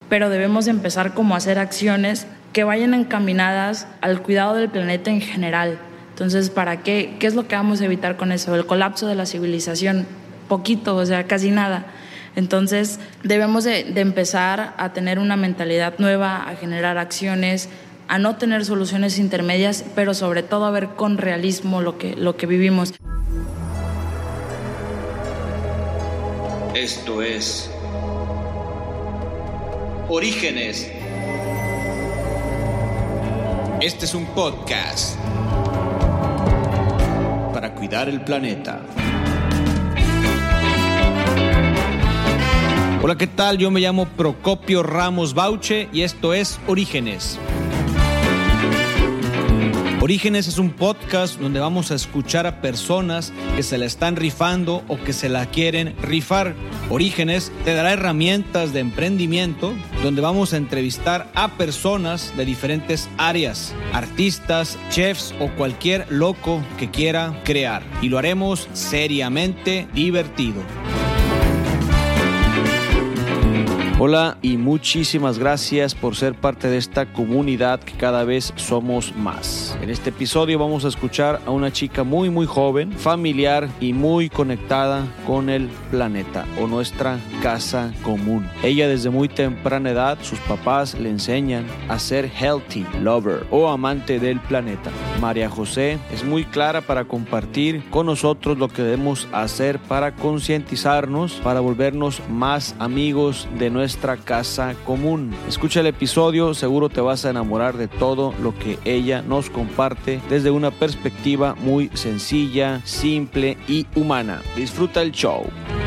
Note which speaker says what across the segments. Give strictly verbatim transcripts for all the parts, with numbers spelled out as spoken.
Speaker 1: pero debemos empezar como a hacer acciones que vayan encaminadas al cuidado del planeta en general. Entonces, ¿para qué? ¿Qué es lo que vamos a evitar con eso? El colapso de la civilización, poquito, o sea, casi nada. Entonces, debemos de, de empezar a tener una mentalidad nueva, a generar acciones, a no tener soluciones intermedias, pero sobre todo a ver con realismo lo que, lo que vivimos.
Speaker 2: Esto es Orígenes. Este es un podcast para cuidar el planeta. Hola, ¿qué tal? Yo me llamo Procopio Ramos Bauche y esto es Orígenes. Orígenes es un podcast donde vamos a escuchar a personas que se la están rifando o que se la quieren rifar. Orígenes te dará herramientas de emprendimiento donde vamos a entrevistar a personas de diferentes áreas, artistas, chefs o cualquier loco que quiera crear. Y lo haremos seriamente divertido. Hola y muchísimas gracias por ser parte de esta comunidad que cada vez somos más. En este episodio vamos a escuchar a una chica muy muy joven, familiar y muy conectada con el planeta o nuestra casa común. Ella desde muy temprana edad, sus papás le enseñan a ser healthy lover o amante del planeta. María José es muy clara para compartir con nosotros lo que debemos hacer para concientizarnos, para volvernos más amigos de nuestra nuestra casa común. Escucha el episodio, seguro te vas a enamorar de todo lo que ella nos comparte desde una perspectiva muy sencilla, simple y humana. Disfruta el show.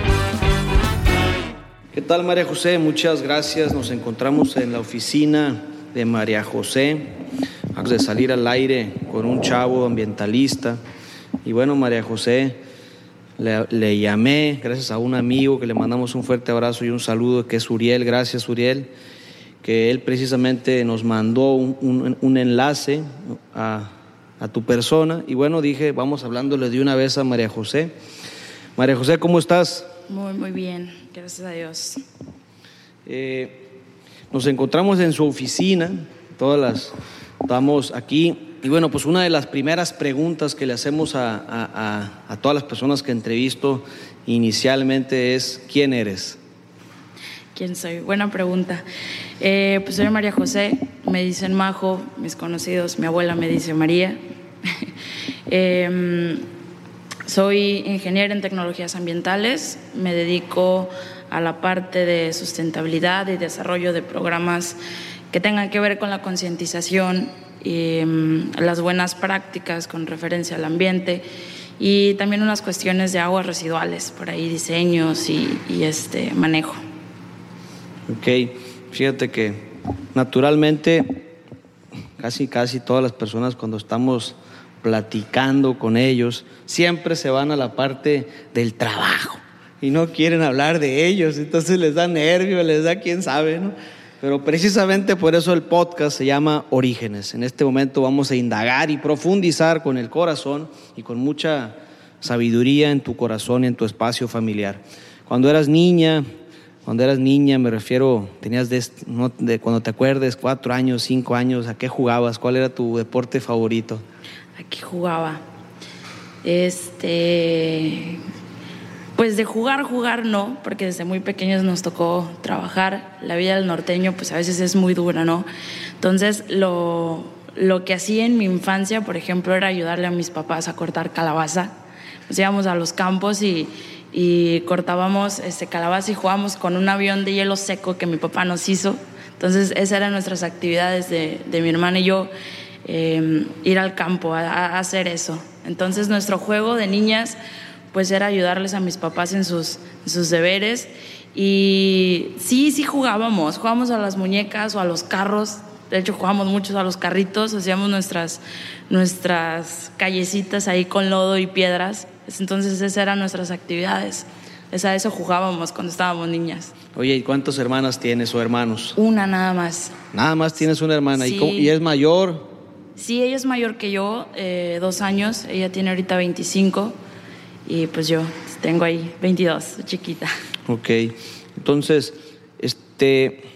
Speaker 2: ¿Qué tal, María José? Muchas gracias. Nos encontramos en la oficina de María José. Antes de salir al aire con un chavo ambientalista. Y bueno, María José, Le, le llamé gracias a un amigo que le mandamos un fuerte abrazo y un saludo, que es Uriel. Gracias, Uriel, que él precisamente nos mandó un, un, un enlace a, a tu persona. Y bueno, dije, vamos hablándole de una vez a María José. María José, ¿cómo estás?
Speaker 1: Muy, muy bien, gracias a Dios.
Speaker 2: Eh, nos encontramos en su oficina, todas las, estamos aquí. Y bueno, pues una de las primeras preguntas que le hacemos a, a, a, a todas las personas que entrevisto inicialmente es: ¿quién eres?
Speaker 1: ¿Quién soy? Buena pregunta. Eh, pues soy María José, me dicen Majo, mis conocidos, mi abuela me dice María. eh, soy ingeniera en tecnologías ambientales, me dedico a la parte de sustentabilidad y desarrollo de programas que tengan que ver con la concientización y um, las buenas prácticas con referencia al ambiente, y también unas cuestiones de aguas residuales, por ahí diseños y, y este manejo.
Speaker 2: Ok, fíjate que naturalmente casi casi todas las personas, cuando estamos platicando con ellos, siempre se van a la parte del trabajo y no quieren hablar de ellos, entonces les da nervio, les da quién sabe, ¿no? Pero precisamente por eso el podcast se llama Orígenes. En este momento vamos a indagar y profundizar con el corazón y con mucha sabiduría en tu corazón y en tu espacio familiar. Cuando eras niña, cuando eras niña me refiero, tenías de, no, de cuando te acuerdes, cuatro años, cinco años, ¿a qué jugabas? ¿Cuál era tu deporte favorito?
Speaker 1: ¿A qué jugaba? Este... Pues de jugar, jugar no, porque desde muy pequeños nos tocó trabajar. La vida del norteño pues a veces es muy dura, ¿no? Entonces lo, lo que hacía en mi infancia, por ejemplo, era ayudarle a mis papás a cortar calabaza. Nos íbamos a los campos y, y cortábamos este, calabaza y jugábamos con un avión de hielo seco que mi papá nos hizo. Entonces esas eran nuestras actividades de, de mi hermana y yo, eh, ir al campo a, a hacer eso. Entonces nuestro juego de niñas pues era ayudarles a mis papás en sus, en sus deberes. Y sí, sí jugábamos, jugábamos a las muñecas o a los carros. De hecho, jugábamos muchos a los carritos, hacíamos nuestras, nuestras callecitas ahí con lodo y piedras. Entonces esas eran nuestras actividades. Es a eso jugábamos cuando estábamos niñas.
Speaker 2: Oye, ¿y cuántas hermanas tienes o hermanos?
Speaker 1: Una nada más.
Speaker 2: Nada más tienes una hermana.
Speaker 1: Sí.
Speaker 2: ¿Y, cómo, y es mayor?
Speaker 1: Sí, ella es mayor que yo, eh, dos años. Ella tiene ahorita veinticinco. Y pues yo tengo ahí veintidós, chiquita.
Speaker 2: Ok, entonces, este,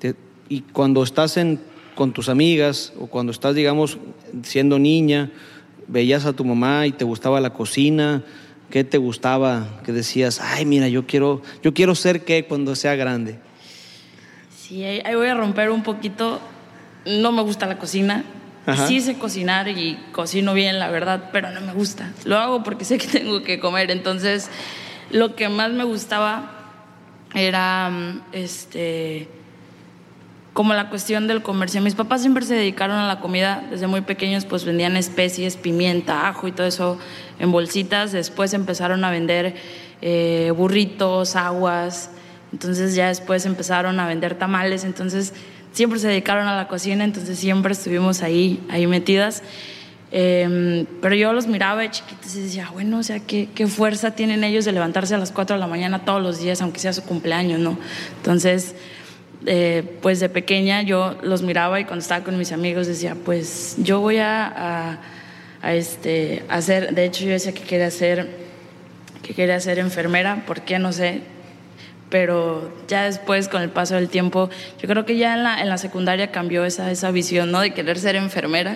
Speaker 2: Te, y cuando estás en, con tus amigas o cuando estás, digamos, siendo niña, veías a tu mamá y te gustaba la cocina, ¿qué te gustaba? ¿Qué decías? Ay, mira, yo quiero, yo quiero ser qué cuando sea grande.
Speaker 1: Sí, ahí, ahí voy a romper un poquito. No me gusta la cocina. Ajá. Sí sé cocinar y cocino bien, la verdad, pero no me gusta. Lo hago porque sé que tengo que comer. Entonces, lo que más me gustaba era este, como la cuestión del comercio. Mis papás siempre se dedicaron a la comida. Desde muy pequeños pues vendían especies, pimienta, ajo y todo eso en bolsitas. Después empezaron a vender eh, burritos, aguas. Entonces ya después empezaron a vender tamales. Entonces siempre se dedicaron a la cocina. Entonces siempre estuvimos ahí, ahí metidas. Eh, pero yo los miraba de chiquitos y decía, bueno, o sea, ¿qué, qué fuerza tienen ellos de levantarse a las cuatro de la mañana todos los días, aunque sea su cumpleaños, ¿no? Entonces, eh, pues de pequeña yo los miraba y cuando estaba con mis amigos decía, pues yo voy a, a, a este, hacer, de hecho yo decía que quería ser, que quería ser enfermera, ¿por qué? No sé, pero ya después con el paso del tiempo, yo creo que ya en la, en la secundaria cambió esa, esa visión, ¿no? De querer ser enfermera.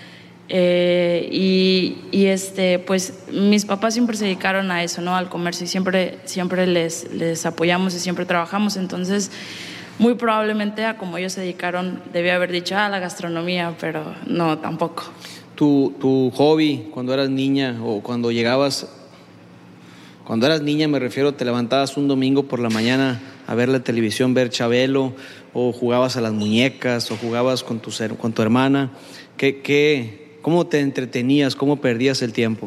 Speaker 1: Eh, y, y este pues mis papás siempre se dedicaron a eso, ¿no? Al comercio, y siempre, siempre les, les apoyamos y siempre trabajamos. Entonces muy probablemente a como ellos se dedicaron debía haber dicho a ah, la gastronomía, pero no, tampoco.
Speaker 2: Tu, tu hobby cuando eras niña o cuando llegabas, cuando eras niña me refiero, te levantabas un domingo por la mañana a ver la televisión, ver Chabelo, o jugabas a las muñecas o jugabas con tu, con tu hermana. ¿Qué, qué ¿Cómo te entretenías? ¿Cómo perdías el tiempo?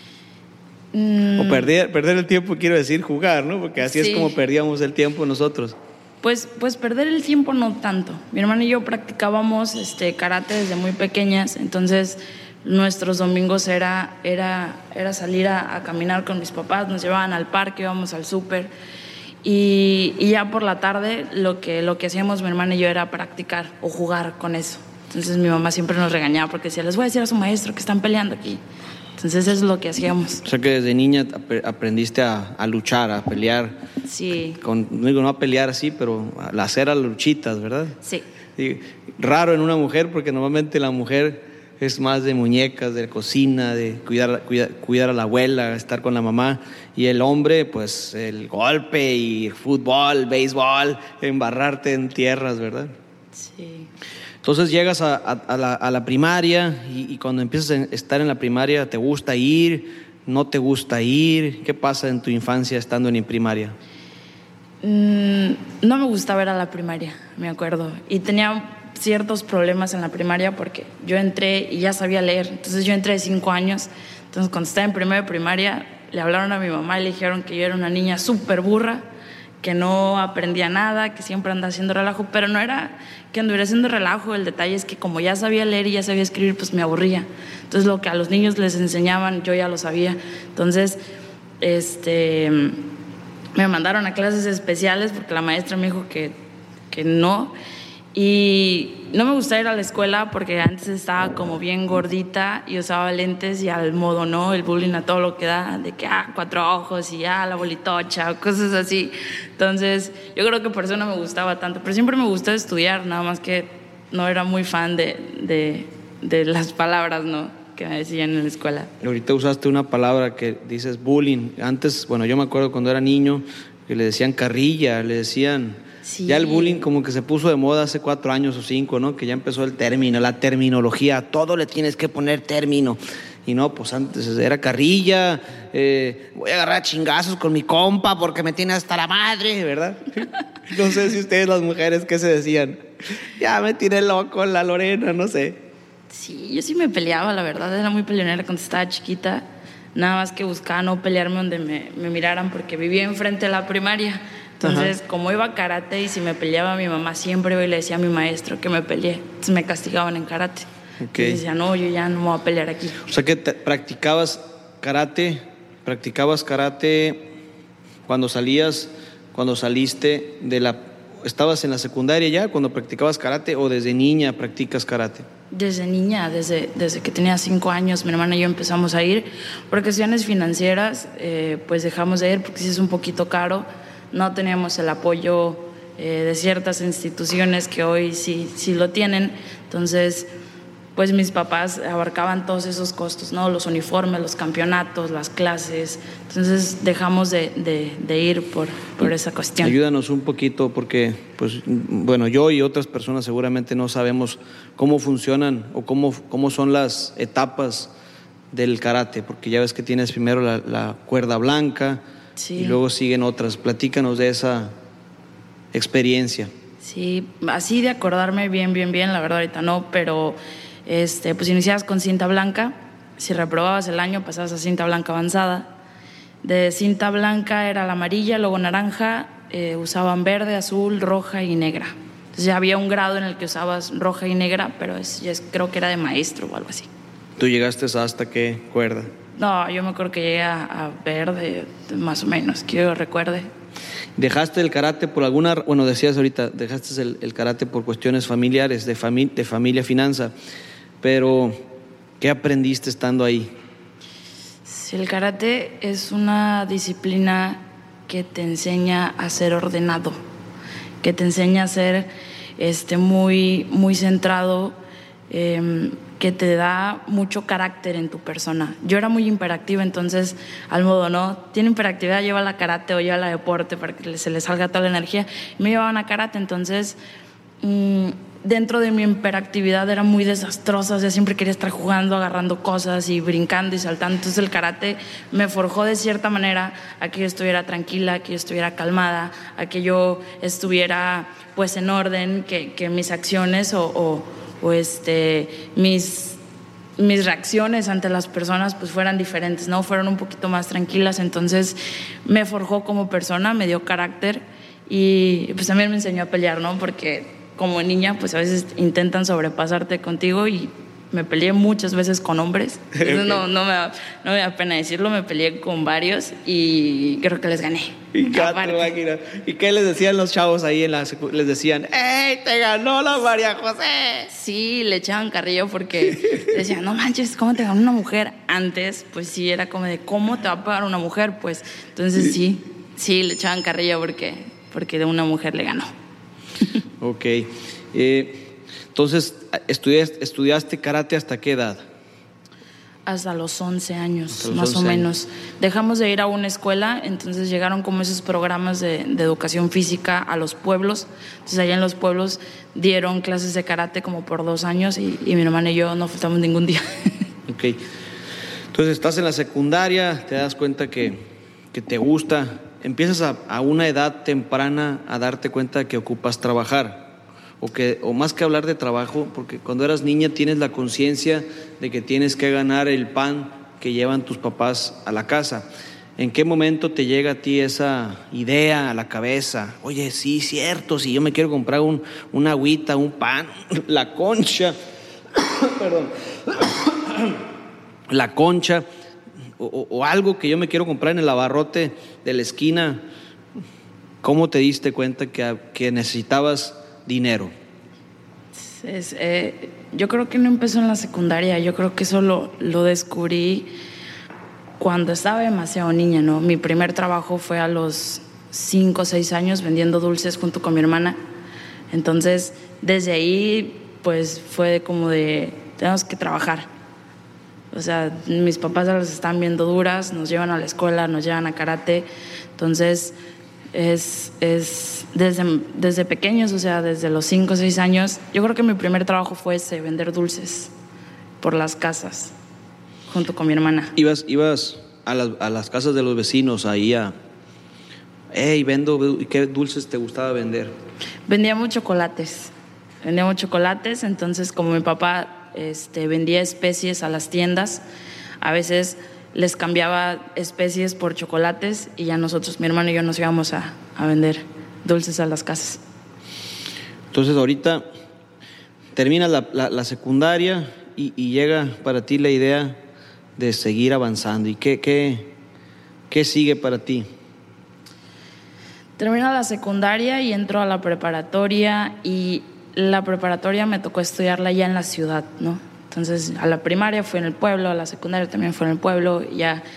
Speaker 2: Mm. O perder, perder el tiempo, quiero decir, jugar, ¿no? Porque así sí. Es como perdíamos el tiempo nosotros.
Speaker 1: Pues, pues perder el tiempo no tanto. Mi hermana y yo practicábamos este, karate desde muy pequeñas, entonces nuestros domingos era, era, era salir a, a caminar con mis papás, nos llevaban al parque, íbamos al súper y, y ya por la tarde lo que, lo que hacíamos mi hermana y yo era practicar o jugar con eso. Entonces mi mamá siempre nos regañaba porque decía, les voy a decir a su maestro que están peleando aquí. Entonces eso es lo que hacíamos.
Speaker 2: O sea que desde niña aprendiste a, a luchar, a pelear.
Speaker 1: Sí.
Speaker 2: Con, no digo no a pelear así, pero a hacer a luchitas, ¿verdad?
Speaker 1: Sí.
Speaker 2: Y raro en una mujer porque normalmente la mujer es más de muñecas, de cocina, de cuidar, cuidar, cuidar a la abuela, estar con la mamá. Y el hombre, pues el golpe y fútbol, béisbol, embarrarte en tierras, ¿verdad?
Speaker 1: Sí.
Speaker 2: Entonces llegas a, a, a, la, a la primaria y, y cuando empiezas a estar en la primaria, ¿te gusta ir? ¿No te gusta ir? ¿Qué pasa en tu infancia estando en primaria?
Speaker 1: Mm, no me gustaba ir a la primaria, me acuerdo. Y tenía ciertos problemas en la primaria porque yo entré y ya sabía leer. Entonces yo entré de cinco años. Entonces cuando estaba en primera de primaria, le hablaron a mi mamá y le dijeron que yo era una niña súper burra, que no aprendía nada, que siempre andaba haciendo relajo, pero no era que anduviera haciendo relajo, el detalle es que como ya sabía leer y ya sabía escribir, pues me aburría. Entonces lo que a los niños les enseñaban, yo ya lo sabía. Entonces, este, me mandaron a clases especiales porque la maestra me dijo que, que no. Y no me gustaba ir a la escuela porque antes estaba como bien gordita y usaba lentes y al modo, ¿no? El bullying a todo lo que da, de que, ah, cuatro ojos y ah, la bolitocha, cosas así. Entonces, yo creo que por eso no me gustaba tanto. Pero siempre me gustó estudiar, nada más que no era muy fan de, de, de las palabras, ¿no? Que me decían en la escuela.
Speaker 2: Ahorita usaste una palabra que dices bullying. Antes, bueno, yo me acuerdo cuando era niño que le decían carrilla, le decían... Sí. Ya el bullying como que se puso de moda hace cuatro años o cinco, ¿no? Que ya empezó el término, la terminología, a todo le tienes que poner término. Y no, pues antes era carrilla, eh, voy a agarrar chingazos con mi compa porque me tiene hasta la madre, ¿verdad? No sé si ustedes las mujeres, ¿qué se decían? Ya me tiré loco la Lorena, no sé.
Speaker 1: Sí, yo sí me peleaba, la verdad, era muy peleonera cuando estaba chiquita. Nada más que buscaba no pelearme donde me, me miraran porque vivía enfrente de la primaria. Entonces, ajá, como iba a karate y si me peleaba mi mamá siempre iba y le decía a mi maestro que me peleé. Entonces me castigaban en karate. Okay. Y decía, no, yo ya no me voy a pelear aquí.
Speaker 2: O sea que te, practicabas karate, practicabas karate cuando salías, cuando saliste de la... ¿Estabas en la secundaria ya cuando practicabas karate o desde niña practicas karate?
Speaker 1: Desde niña, desde, desde que tenía cinco años, mi hermana y yo empezamos a ir. Por cuestiones financieras, eh, pues dejamos de ir porque sí es un poquito caro. No teníamos el apoyo eh, de ciertas instituciones que hoy sí, sí lo tienen. Entonces, pues mis papás abarcaban todos esos costos, ¿no? Los uniformes, los campeonatos, las clases. Entonces dejamos de, de, de ir por, por esa cuestión.
Speaker 2: Ayúdanos un poquito porque, pues, bueno, yo y otras personas seguramente no sabemos cómo funcionan o cómo, cómo son las etapas del karate, porque ya ves que tienes primero la, la cuerda blanca, sí, y luego siguen otras. Platícanos de esa experiencia.
Speaker 1: Sí, así de acordarme bien, bien, bien, la verdad ahorita no, pero... Este, pues iniciabas con cinta blanca, si reprobabas el año pasabas a cinta blanca avanzada. De cinta blanca era la amarilla, luego naranja, eh, usaban verde, azul, roja y negra. Entonces ya había un grado en el que usabas roja y negra, pero es, ya es, creo que era de maestro o algo así.
Speaker 2: ¿Tú llegaste hasta qué cuerda?
Speaker 1: No, yo me acuerdo que llegué a, a verde, más o menos, que yo recuerde.
Speaker 2: ¿Dejaste el karate por alguna, bueno, decías ahorita, dejaste el, el karate por cuestiones familiares, de, fami, de familia, finanza, pero ¿qué aprendiste estando ahí?
Speaker 1: Sí, el karate es una disciplina que te enseña a ser ordenado, que te enseña a ser este, muy, muy centrado, eh, que te da mucho carácter en tu persona. Yo era muy hiperactiva, entonces, al modo, ¿no? Tiene hiperactividad, lleva la karate o lleva la deporte para que se le salga toda la energía. Me llevaban a karate, entonces, mmm, dentro de mi hiperactividad era muy desastrosa, o sea, siempre quería estar jugando, agarrando cosas y brincando y saltando. Entonces el karate me forjó de cierta manera a que yo estuviera tranquila, a que yo estuviera calmada, a que yo estuviera pues en orden, que, que mis acciones o, o, o este, mis, mis reacciones ante las personas pues fueran diferentes, ¿no? Fueron un poquito más tranquilas. Entonces me forjó como persona, me dio carácter y pues también me enseñó a pelear, ¿no? Porque como niña, pues a veces intentan sobrepasarte contigo y me peleé muchas veces con hombres. Entonces no, no, me da, no me da pena decirlo, me peleé con varios y creo que les gané.
Speaker 2: ¿Y, ¿Y qué les decían los chavos ahí en la secu- Les decían, ¡ey, te ganó la María José!
Speaker 1: Sí, le echaban carrillo porque decían, no manches, ¿cómo te ganó una mujer? Antes, pues sí, era como de, ¿cómo te va a pagar una mujer? Pues entonces sí, sí, le echaban carrillo porque, porque de una mujer le ganó.
Speaker 2: Ok. Eh, entonces, ¿estudiaste, ¿estudiaste karate hasta qué edad?
Speaker 1: Hasta los once años,
Speaker 2: Hasta los
Speaker 1: más
Speaker 2: once
Speaker 1: o menos. Años. Dejamos de ir a una escuela, entonces llegaron como esos programas de, de educación física a los pueblos. Entonces allá en los pueblos dieron clases de karate como por dos años y, y mi hermana y yo no faltamos ningún día.
Speaker 2: Ok. Entonces estás en la secundaria, te das cuenta que, que te gusta. Empiezas a, a una edad temprana a darte cuenta que ocupas trabajar, o, que, o más que hablar de trabajo, porque cuando eras niña tienes la conciencia de que tienes que ganar el pan que llevan tus papás a la casa. ¿En qué momento te llega a ti esa idea a la cabeza? Oye, sí, cierto, si yo me quiero comprar un, una agüita, un pan, la concha, perdón, la concha, O, o algo que yo me quiero comprar en el abarrote de la esquina. ¿Cómo te diste cuenta que, que necesitabas dinero?
Speaker 1: Es, eh, yo creo que no empezó en la secundaria, yo creo que eso lo, lo descubrí cuando estaba demasiado niña, ¿no? Mi primer trabajo fue a los cinco o seis años vendiendo dulces junto con mi hermana. Entonces, desde ahí, pues fue como de, tenemos que trabajar. O sea, mis papás las están viendo duras, nos llevan a la escuela, nos llevan a karate. Entonces, es, es desde, desde pequeños, o sea, desde los cinco o seis años, yo creo que mi primer trabajo fue ese, vender dulces por las casas, junto con mi hermana.
Speaker 2: Ibas, ibas a, las, a las casas de los vecinos ahí a, hey, vendo, ¿qué dulces te gustaba vender?
Speaker 1: Vendíamos chocolates, vendíamos chocolates, entonces como mi papá Este, vendía especies a las tiendas, a veces les cambiaba especies por chocolates y ya nosotros, mi hermano y yo, nos íbamos a, a vender dulces a las casas.
Speaker 2: Entonces ahorita termina la, la, la secundaria y, y llega para ti la idea de seguir avanzando. ¿Y qué, qué, qué sigue para ti?
Speaker 1: Termina la secundaria y entro a la preparatoria y la preparatoria me tocó estudiarla ya en la ciudad, ¿no? Entonces, a la primaria fue en el pueblo, a la secundaria también fue en el pueblo, ya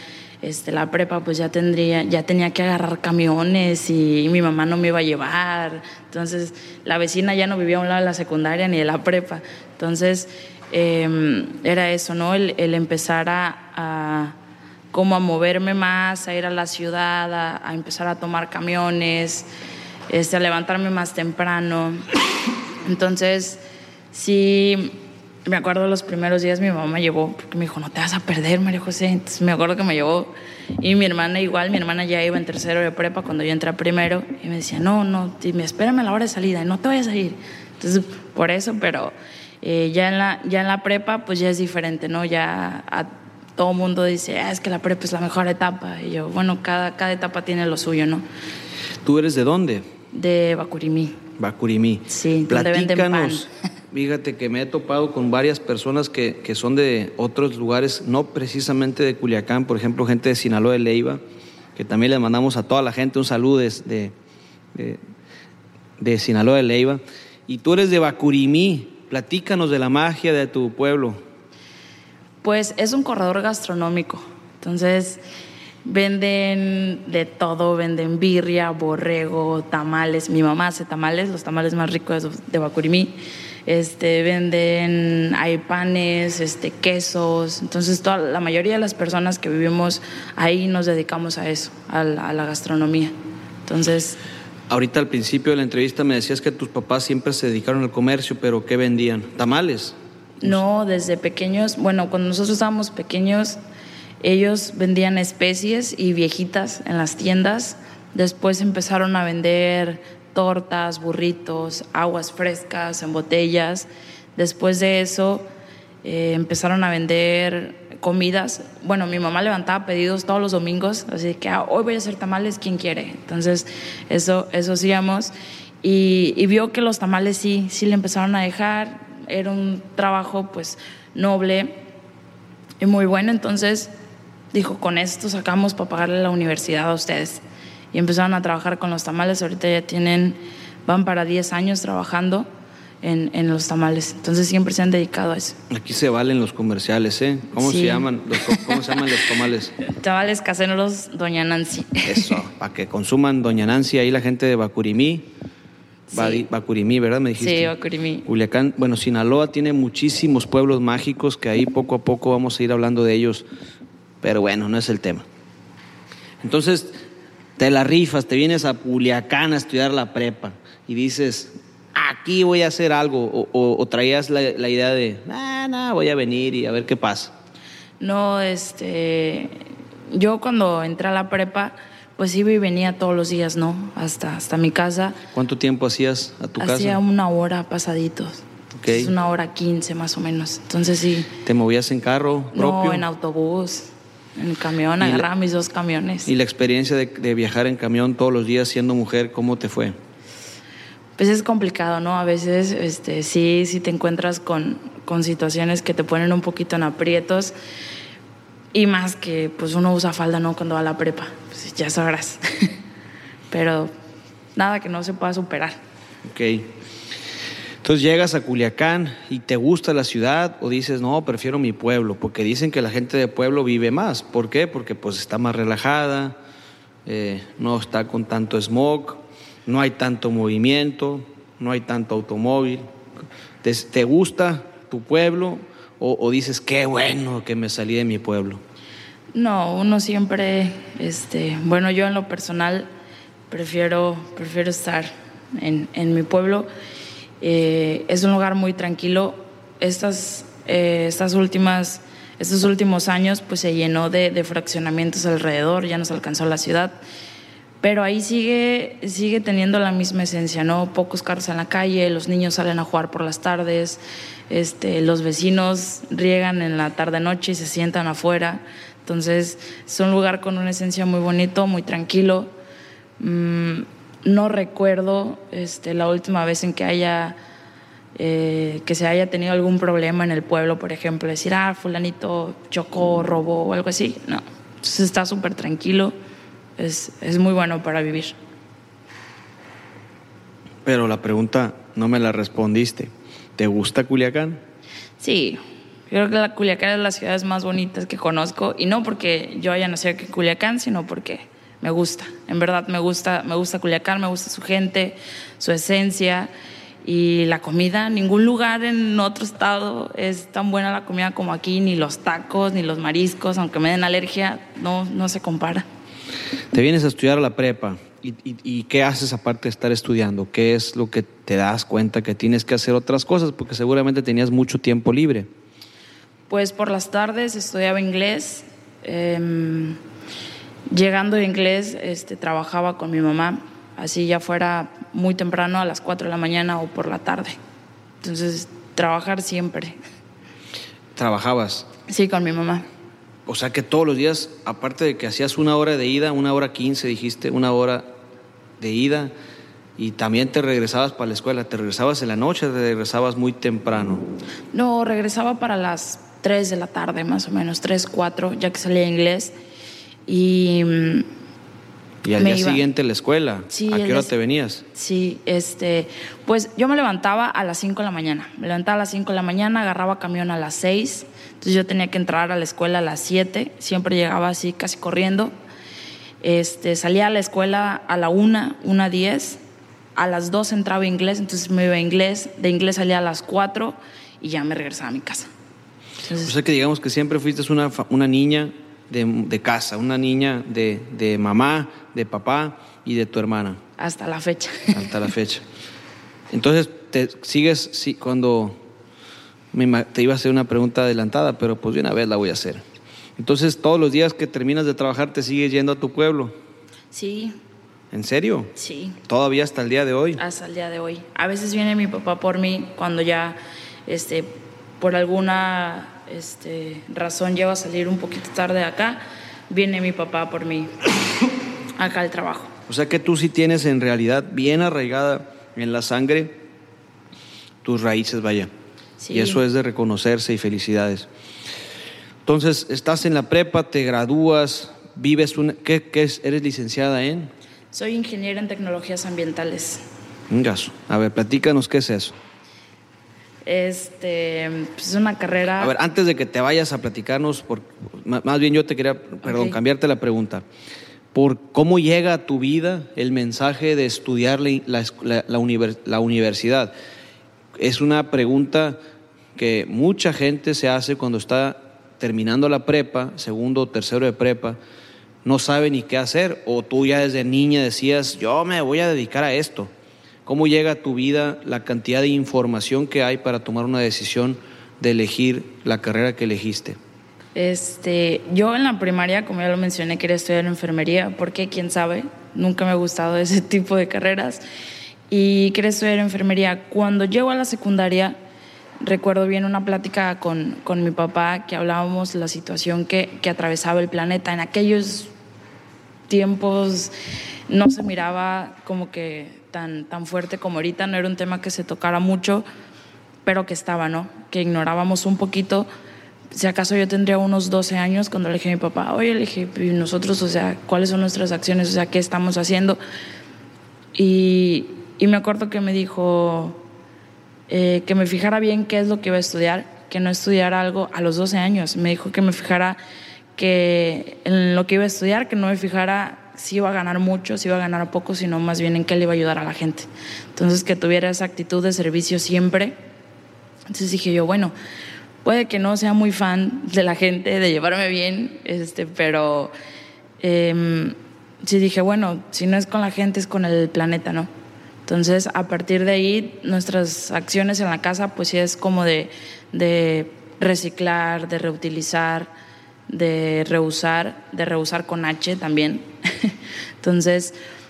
Speaker 1: este, la prepa, pues ya tendría, ya tenía que agarrar camiones y, y mi mamá no me iba a llevar. Entonces, la vecina ya no vivía a un lado de la secundaria ni de la prepa. Entonces, eh, era eso, ¿no? El, el empezar a, a como a moverme más, a ir a la ciudad, a, a empezar a tomar camiones, este, a levantarme más temprano. Entonces, sí, me acuerdo los primeros días mi mamá me llevó, porque me dijo, no te vas a perder, María José. Entonces me acuerdo que me llevó, y mi hermana igual, mi hermana ya iba en tercero de prepa cuando yo entré a primero, y me decía, no, no, espérame a la hora de salida, y no te vayas a ir. Entonces, por eso, pero eh, ya, en la, ya en la prepa, pues ya es diferente, ¿no? Ya a, todo el mundo dice, ah, es que la prepa es la mejor etapa. Y yo, bueno, cada, cada etapa tiene lo suyo, ¿no?
Speaker 2: ¿Tú eres de dónde?
Speaker 1: De Bacurimí.
Speaker 2: Bacurimí.
Speaker 1: Sí, donde venden pan.
Speaker 2: Fíjate que me he topado con varias personas que, que son de otros lugares, no precisamente de Culiacán, por ejemplo, gente de Sinaloa de Leiva, que también les mandamos a toda la gente un saludo de, de, de, de Sinaloa de Leiva. Y tú eres de Bacurimí, platícanos de la magia de tu pueblo.
Speaker 1: Pues es un corredor gastronómico, entonces venden de todo, venden birria, borrego, tamales. Mi mamá hace tamales, los tamales más ricos de Bacurimí. Este, venden, hay panes, este, quesos. Entonces toda, la mayoría de las personas que vivimos ahí nos dedicamos a eso, a la, a la gastronomía. Entonces,
Speaker 2: ahorita al principio de la entrevista me decías que tus papás siempre se dedicaron al comercio, pero ¿qué vendían? ¿Tamales?
Speaker 1: No, desde pequeños, bueno, cuando nosotros estábamos pequeños, ellos vendían especies y viejitas en las tiendas. Después empezaron a vender tortas, burritos, aguas frescas en botellas. Después de eso eh, empezaron a vender comidas. Bueno, mi mamá levantaba pedidos todos los domingos, así que ah, hoy voy a hacer tamales, ¿quién quiere? Entonces eso, eso hacíamos, y, y vio que los tamales sí, sí le empezaron a dejar. Era un trabajo pues noble y muy bueno. Entonces dijo, con esto sacamos para pagarle la universidad a ustedes. Y empezaron a trabajar con los tamales. Ahorita ya tienen, van para diez años trabajando en, en los tamales. Entonces siempre se han dedicado a eso.
Speaker 2: Aquí se valen los comerciales, ¿eh? ¿Cómo
Speaker 1: sí.
Speaker 2: se llaman los, cómo se llaman los tamales?
Speaker 1: Tamales caseros Doña Nancy.
Speaker 2: Eso, para que consuman Doña Nancy, ahí la gente de Bacurimí.
Speaker 1: Sí.
Speaker 2: Bacurimí, ¿verdad? Me dijiste.
Speaker 1: Sí, Bacurimí.
Speaker 2: Culiacán, bueno, Sinaloa tiene muchísimos pueblos mágicos que ahí poco a poco vamos a ir hablando de ellos, pero bueno, no es el tema. Entonces, te la rifas, te vienes a Culiacán a estudiar la prepa y dices, aquí voy a hacer algo, o, o, o traías la, la idea de, ah, no, voy a venir y a ver qué pasa.
Speaker 1: No, este, yo cuando entré a la prepa, pues iba y venía todos los días, ¿no? Hasta, hasta mi casa.
Speaker 2: ¿Cuánto tiempo hacías a tu
Speaker 1: Hacía
Speaker 2: casa?
Speaker 1: Hacía una hora pasaditos.
Speaker 2: Okay.
Speaker 1: Es una hora quince más o menos. Entonces sí.
Speaker 2: ¿Te movías en carro propio?
Speaker 1: No, en autobús, en camión, agarraba mis dos camiones.
Speaker 2: ¿Y la experiencia de, de viajar en camión todos los días siendo mujer, cómo te fue?
Speaker 1: Pues es complicado, ¿no? A veces este, sí, sí te encuentras con, con situaciones que te ponen un poquito en aprietos. Y más que pues uno usa falda, ¿no? Cuando va a la prepa, pues ya sabrás. Pero nada que no se pueda superar.
Speaker 2: Ok. Entonces llegas a Culiacán y te gusta la ciudad, o dices, no, prefiero mi pueblo, porque dicen que la gente de pueblo vive más. ¿Por qué? Porque pues está más relajada, eh, no está con tanto smog, no hay tanto movimiento, no hay tanto automóvil. ¿Te, te gusta tu pueblo? O, ¿O dices, qué bueno que me salí de mi pueblo?
Speaker 1: No, uno siempre, este, bueno, yo en lo personal prefiero, prefiero estar en, en mi pueblo. Eh, es un lugar muy tranquilo. Estas, eh, estas últimas, estos últimos años pues se llenó de, de fraccionamientos alrededor, ya nos alcanzó la ciudad. Pero ahí sigue, sigue teniendo la misma esencia, ¿no? Pocos carros en la calle, los niños salen a jugar por las tardes, este, los vecinos riegan en la tarde-noche y se sientan afuera. Entonces, es un lugar con una esencia muy bonito, muy tranquilo. Mm, no recuerdo este, la última vez en que haya, eh, que se haya tenido algún problema en el pueblo, por ejemplo, decir, ah, fulanito chocó, robó o algo así. No, entonces está súper tranquilo. Es, es muy bueno para vivir. Pero
Speaker 2: la pregunta no me la respondiste. ¿Te gusta Culiacán?
Speaker 1: Sí, Creo que la Culiacán es de las ciudades más bonitas que conozco, y no porque yo haya nacido aquí en Culiacán, sino porque me gusta. En verdad me gusta, me gusta Culiacán, me gusta su gente, su esencia y la comida. Ningún lugar en otro estado es tan buena la comida como aquí, ni los tacos, ni los mariscos, aunque me den alergia, no, no se compara.
Speaker 2: Te vienes a estudiar a la prepa. ¿Y, y, ¿Y qué haces aparte de estar estudiando? ¿Qué es lo que te das cuenta que tienes que hacer otras cosas? Porque seguramente tenías mucho tiempo libre.
Speaker 1: Pues por las tardes estudiaba inglés. Eh, llegando de inglés, este, trabajaba con mi mamá, así ya fuera muy temprano, a las cuatro de la mañana o por la tarde. Entonces, trabajar siempre.
Speaker 2: ¿Trabajabas?
Speaker 1: Sí, con mi mamá.
Speaker 2: O sea que todos los días, aparte de que hacías una hora de ida, una hora quince, dijiste, una hora de ida, y también te regresabas para la escuela. ¿Te regresabas en la noche o te regresabas muy temprano?
Speaker 1: No, regresaba para las tres de la tarde, más o menos, tres, cuatro, ya que salía inglés. Y,
Speaker 2: ¿Y al día iba. siguiente la escuela?
Speaker 1: Sí,
Speaker 2: ¿A qué hora
Speaker 1: des...
Speaker 2: te venías?
Speaker 1: Sí, este, pues yo me levantaba a las cinco de la mañana. Me levantaba a las cinco de la mañana, agarraba camión a las seis. Entonces yo tenía que entrar a la escuela a las siete. Siempre llegaba así, casi corriendo. Este, salía a la escuela a la una, una diez. A las dos entraba inglés, entonces me iba a inglés. De inglés salía a las cuatro y ya me regresaba a mi casa. Entonces,
Speaker 2: o sea que digamos que siempre fuiste una, una niña de, de casa, una niña de, de mamá, de papá y de tu hermana.
Speaker 1: Hasta la fecha.
Speaker 2: Hasta la fecha. Entonces, te sigues, sí, cuando me, te iba a hacer una pregunta adelantada, pero pues de una vez la voy a hacer. Entonces, todos los días que terminas de trabajar, ¿te sigues yendo a tu pueblo?
Speaker 1: Sí.
Speaker 2: ¿En serio?
Speaker 1: Sí.
Speaker 2: ¿Todavía hasta el día de hoy?
Speaker 1: Hasta el día de hoy. A veces viene mi papá por mí cuando ya, este, por alguna este, razón llego a salir un poquito tarde de acá, viene mi papá por mí acá al trabajo.
Speaker 2: O sea que tú sí tienes en realidad bien arraigada en la sangre tus raíces, vaya.
Speaker 1: Sí.
Speaker 2: Y eso es de reconocerse y felicidades. Entonces, estás en la prepa, te gradúas, vives una... ¿Qué, qué es? ¿Eres licenciada en...?
Speaker 1: Soy ingeniera en tecnologías ambientales.
Speaker 2: Un gaso. A ver, platícanos qué es eso.
Speaker 1: Este, pues es una carrera...
Speaker 2: A ver, antes de que te vayas a platicarnos, por, más bien yo te quería, perdón, okay. cambiarte la pregunta. ¿Por cómo llega a tu vida el mensaje de estudiar la, la, la, univers, la universidad? Es una pregunta que mucha gente se hace cuando está terminando la prepa, segundo o tercero de prepa, no sabe ni qué hacer, o tú ya desde niña decías, yo me voy a dedicar a esto. ¿Cómo llega a tu vida la cantidad de información que hay para tomar una decisión de elegir la carrera que elegiste?
Speaker 1: Este, yo en la primaria, como ya lo mencioné, quería estudiar enfermería, porque quién sabe, nunca me ha gustado ese tipo de carreras, y quería estudiar enfermería. Cuando llego a la secundaria, recuerdo bien una plática con, con mi papá, que hablábamos de la situación que, que atravesaba el planeta. En aquellos tiempos no se miraba como que tan, tan fuerte como ahorita, no era un tema que se tocara mucho, pero que estaba, ¿no? Que ignorábamos un poquito. Si acaso yo tendría unos doce años cuando le dije a mi papá, oye, le dije, nosotros, o sea, ¿cuáles son nuestras acciones? O sea, ¿qué estamos haciendo? Y, y me acuerdo que me dijo eh, que me fijara bien qué es lo que iba a estudiar, que no estudiara algo a los doce años. Me dijo que me fijara que en lo que iba a estudiar, que no me fijara si iba a ganar mucho, si iba a ganar poco, sino más bien en qué le iba a ayudar a la gente. Entonces, que tuviera esa actitud de servicio siempre. Entonces dije yo, bueno, puede que no sea muy fan de la gente, de llevarme bien, este, pero eh, sí dije, bueno, si no es con la gente, es con el planeta, ¿no? Entonces, a partir de ahí, nuestras acciones en la casa, pues sí es como de, de reciclar, de reutilizar, de reusar, de reusar con H también. Entonces,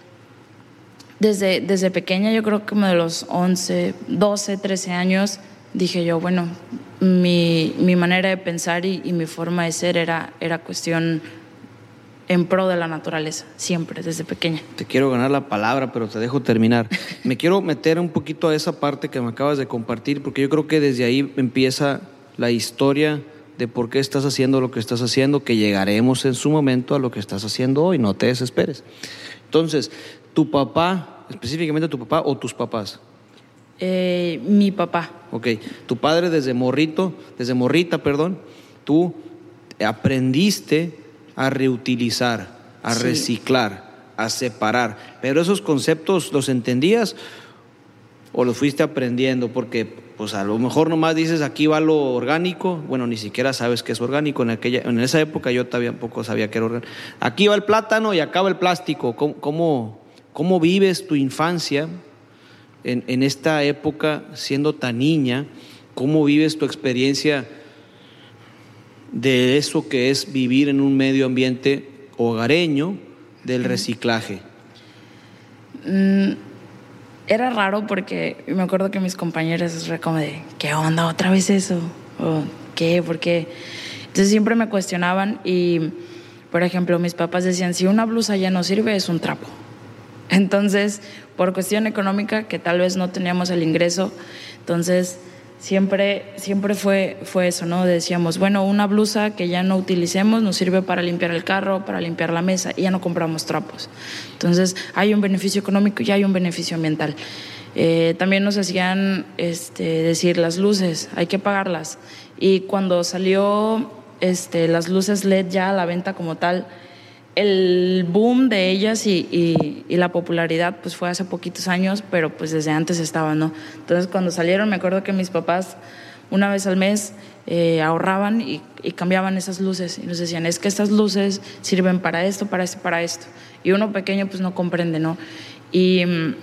Speaker 1: desde, desde pequeña, yo creo que como de los once, doce, trece años, dije yo, bueno, mi, mi manera de pensar y, y mi forma de ser era, era cuestión en pro de la naturaleza, siempre, desde pequeña.
Speaker 2: Te quiero ganar la palabra, pero te dejo terminar. Me quiero meter un poquito a esa parte que me acabas de compartir, porque yo creo que desde ahí empieza la historia de por qué estás haciendo lo que estás haciendo, que llegaremos en su momento a lo que estás haciendo hoy, no te desesperes. Entonces, tu papá, específicamente tu papá o tus papás.
Speaker 1: Eh, mi papá.
Speaker 2: Ok, tu padre desde morrito, desde morrita, perdón, tú aprendiste a reutilizar, a sí. reciclar, a separar, pero esos conceptos ¿los entendías o los fuiste aprendiendo? Porque pues a lo mejor nomás dices aquí va lo orgánico, bueno, ni siquiera sabes qué es orgánico. En aquella, en esa época yo tampoco sabía qué era orgánico. Aquí va el plátano y acá va el plástico. ¿Cómo, cómo, cómo vives tu infancia en, en esta época siendo tan niña? ¿Cómo vives tu experiencia de eso que es vivir en un medio ambiente hogareño del reciclaje?
Speaker 1: Mm, era raro porque me acuerdo que mis compañeros era como de, ¿qué onda? ¿Otra vez eso? ¿O qué? ¿Por qué? Entonces siempre me cuestionaban y, por ejemplo, mis papás decían, si una blusa ya no sirve, es un trapo. Entonces, por cuestión económica, que tal vez no teníamos el ingreso, entonces siempre, siempre fue, fue eso, ¿no? Decíamos, bueno, una blusa que ya no utilicemos nos sirve para limpiar el carro, para limpiar la mesa, y ya no compramos trapos. Entonces, hay un beneficio económico y hay un beneficio ambiental. Eh, también nos hacían este, decir las luces, hay que pagarlas. Y cuando salió este, las luces L E D ya a la venta como tal, el boom de ellas y, y, y la popularidad pues fue hace poquitos años, pero pues desde antes estaba, ¿no? Entonces cuando salieron me acuerdo que mis papás una vez al mes eh, ahorraban y, y cambiaban esas luces y nos decían, es que estas luces sirven para esto, para esto, para esto. Y uno pequeño pues no comprende, ¿no? Y mm,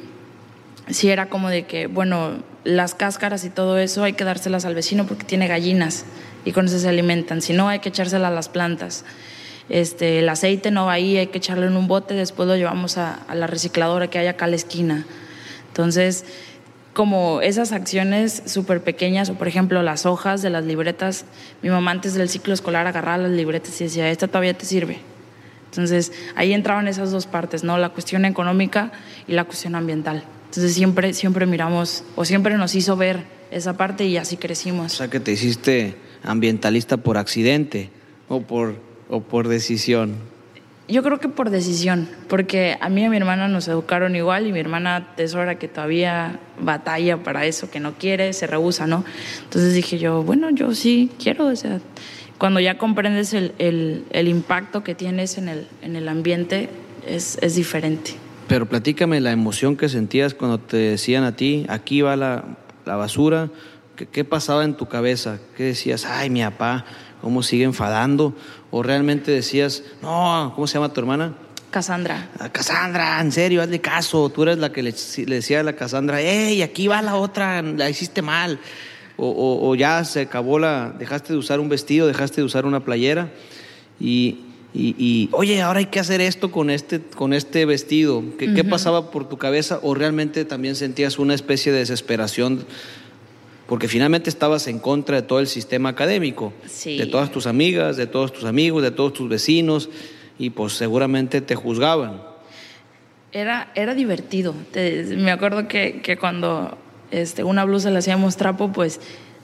Speaker 1: sí era como de que, bueno, las cáscaras y todo eso hay que dárselas al vecino porque tiene gallinas y con eso se alimentan, si no hay que echárselas a las plantas. Este, el aceite no va ahí, hay que echarlo en un bote, después lo llevamos a, a la recicladora que hay acá a la esquina. Entonces, como esas acciones súper pequeñas, o por ejemplo las hojas de las libretas, mi mamá antes del ciclo escolar agarraba las libretas y decía, esta todavía te sirve. Entonces, ahí entraban esas dos partes, ¿no? La cuestión económica y la cuestión ambiental. Entonces, siempre, siempre miramos, o siempre nos hizo ver esa parte y así crecimos.
Speaker 2: O sea, que te hiciste ambientalista por accidente o por... ¿O por decisión?
Speaker 1: Yo creo que por decisión, porque a mí y a mi hermana nos educaron igual y mi hermana tesora que todavía batalla para eso, que no quiere, se rehúsa, ¿no? Entonces dije yo, bueno, yo sí quiero, o sea, cuando ya comprendes el, el, el impacto que tienes en el, en el ambiente, es, es diferente.
Speaker 2: Pero platícame la emoción que sentías cuando te decían a ti, aquí va la, la basura, ¿qué, qué pasaba en tu cabeza? ¿Qué decías? Ay, mi papá, ¿cómo sigue enfadando? ¿O realmente decías, no, ¿cómo se llama tu hermana?
Speaker 1: Cassandra.
Speaker 2: Cassandra, en serio, hazle caso. Tú eres la que le, le decía a la Cassandra, ¡ey, aquí va la otra, la hiciste mal! O, o, o ya se acabó la, dejaste de usar un vestido, dejaste de usar una playera y, y, y oye, ahora hay que hacer esto con este, con este vestido. ¿Qué, uh-huh. ¿Qué pasaba por tu cabeza? ¿O realmente también sentías una especie de desesperación? Porque finalmente estabas en contra de todo el sistema académico,
Speaker 1: sí.
Speaker 2: De todas tus amigas, de todos tus amigos, de todos tus vecinos, y pues seguramente te juzgaban.
Speaker 1: Era, era divertido. Te, me acuerdo que, que cuando este, una blusa le hacíamos trapo, pues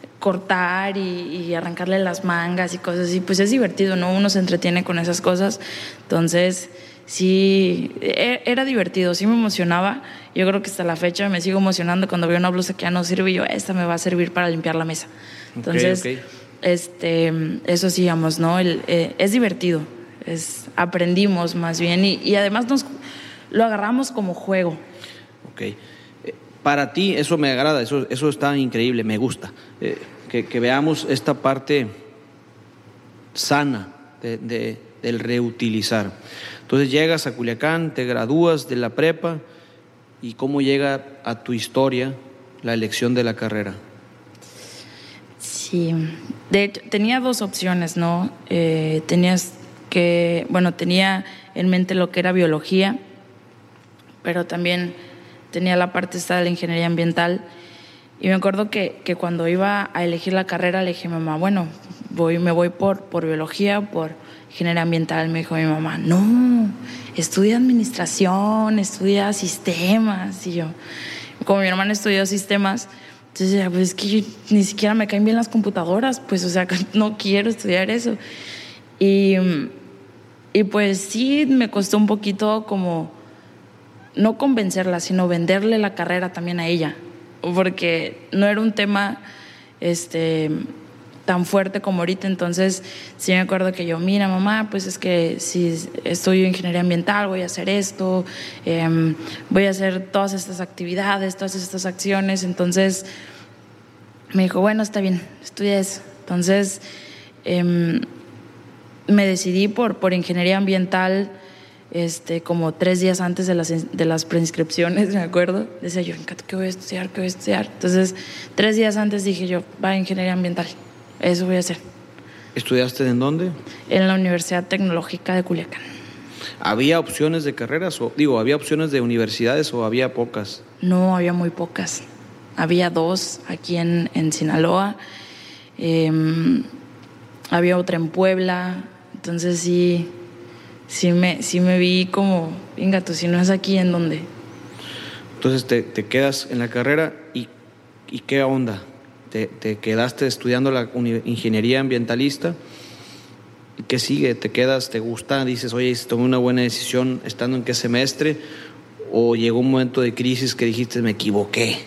Speaker 1: cortar y, y arrancarle las mangas y cosas así, pues es divertido, ¿no? Uno se entretiene con esas cosas. Entonces, sí, era divertido, sí me emocionaba. Yo creo que hasta la fecha me sigo emocionando cuando veo una blusa que ya no sirve y yo, esta me va a servir para limpiar la mesa. Entonces, okay, okay. Este, eso sí, digamos, ¿no? El, eh, es divertido, es, aprendimos más bien y, y además nos lo agarramos como juego.
Speaker 2: Ok. Eh, para ti eso me agrada, eso, eso está increíble, me gusta. Eh, que, que veamos esta parte sana de, de, del reutilizar. Entonces llegas a Culiacán, te gradúas de la prepa y ¿cómo llega a tu historia la elección de la carrera?
Speaker 1: Sí, de hecho, tenía dos opciones, ¿no? Eh, tenías que, bueno, tenía en mente lo que era biología, pero también tenía la parte esta de la ingeniería ambiental. Y me acuerdo que, que cuando iba a elegir la carrera le dije a mi mamá, bueno, voy, me voy por, por biología o por ingeniería ambiental. Me dijo mi mamá, no, estudia administración, estudia sistemas. Y yo, como mi hermana estudió sistemas, entonces decía, pues es que yo, ni siquiera me caen bien las computadoras, pues o sea, no quiero estudiar eso. Y, y pues sí, me costó un poquito como no convencerla, sino venderle la carrera también a ella. porque no era un tema este, tan fuerte como ahorita. Entonces sí me acuerdo que yo, mira mamá, pues es que si estudio ingeniería ambiental voy a hacer esto, eh, voy a hacer todas estas actividades, todas estas acciones. Entonces me dijo, bueno, está bien, estudia eso. Entonces eh, me decidí por, por ingeniería ambiental. Este, como tres días antes de las, de las preinscripciones, me acuerdo, decía yo, ¿qué voy a estudiar? ¿Qué voy a estudiar? Entonces, tres días antes dije yo, va a ingeniería ambiental, eso voy a hacer.
Speaker 2: ¿Estudiaste en dónde?
Speaker 1: En la Universidad Tecnológica de Culiacán.
Speaker 2: ¿Había opciones de carreras? O, digo, ¿había opciones de universidades o había pocas?
Speaker 1: No, había muy pocas. Había dos aquí en, en Sinaloa, eh, había otra en Puebla, entonces sí... Sí me, sí me vi como, venga, tú si no es aquí, ¿en dónde?
Speaker 2: Entonces te, te quedas en la carrera y, y ¿qué onda? Te, te quedaste estudiando la uni- ingeniería ambientalista. ¿Y qué sigue? ¿Te quedas, te gusta? Dices, oye, tomé una buena decisión estando en qué semestre, o llegó un momento de crisis que dijiste, me equivoqué.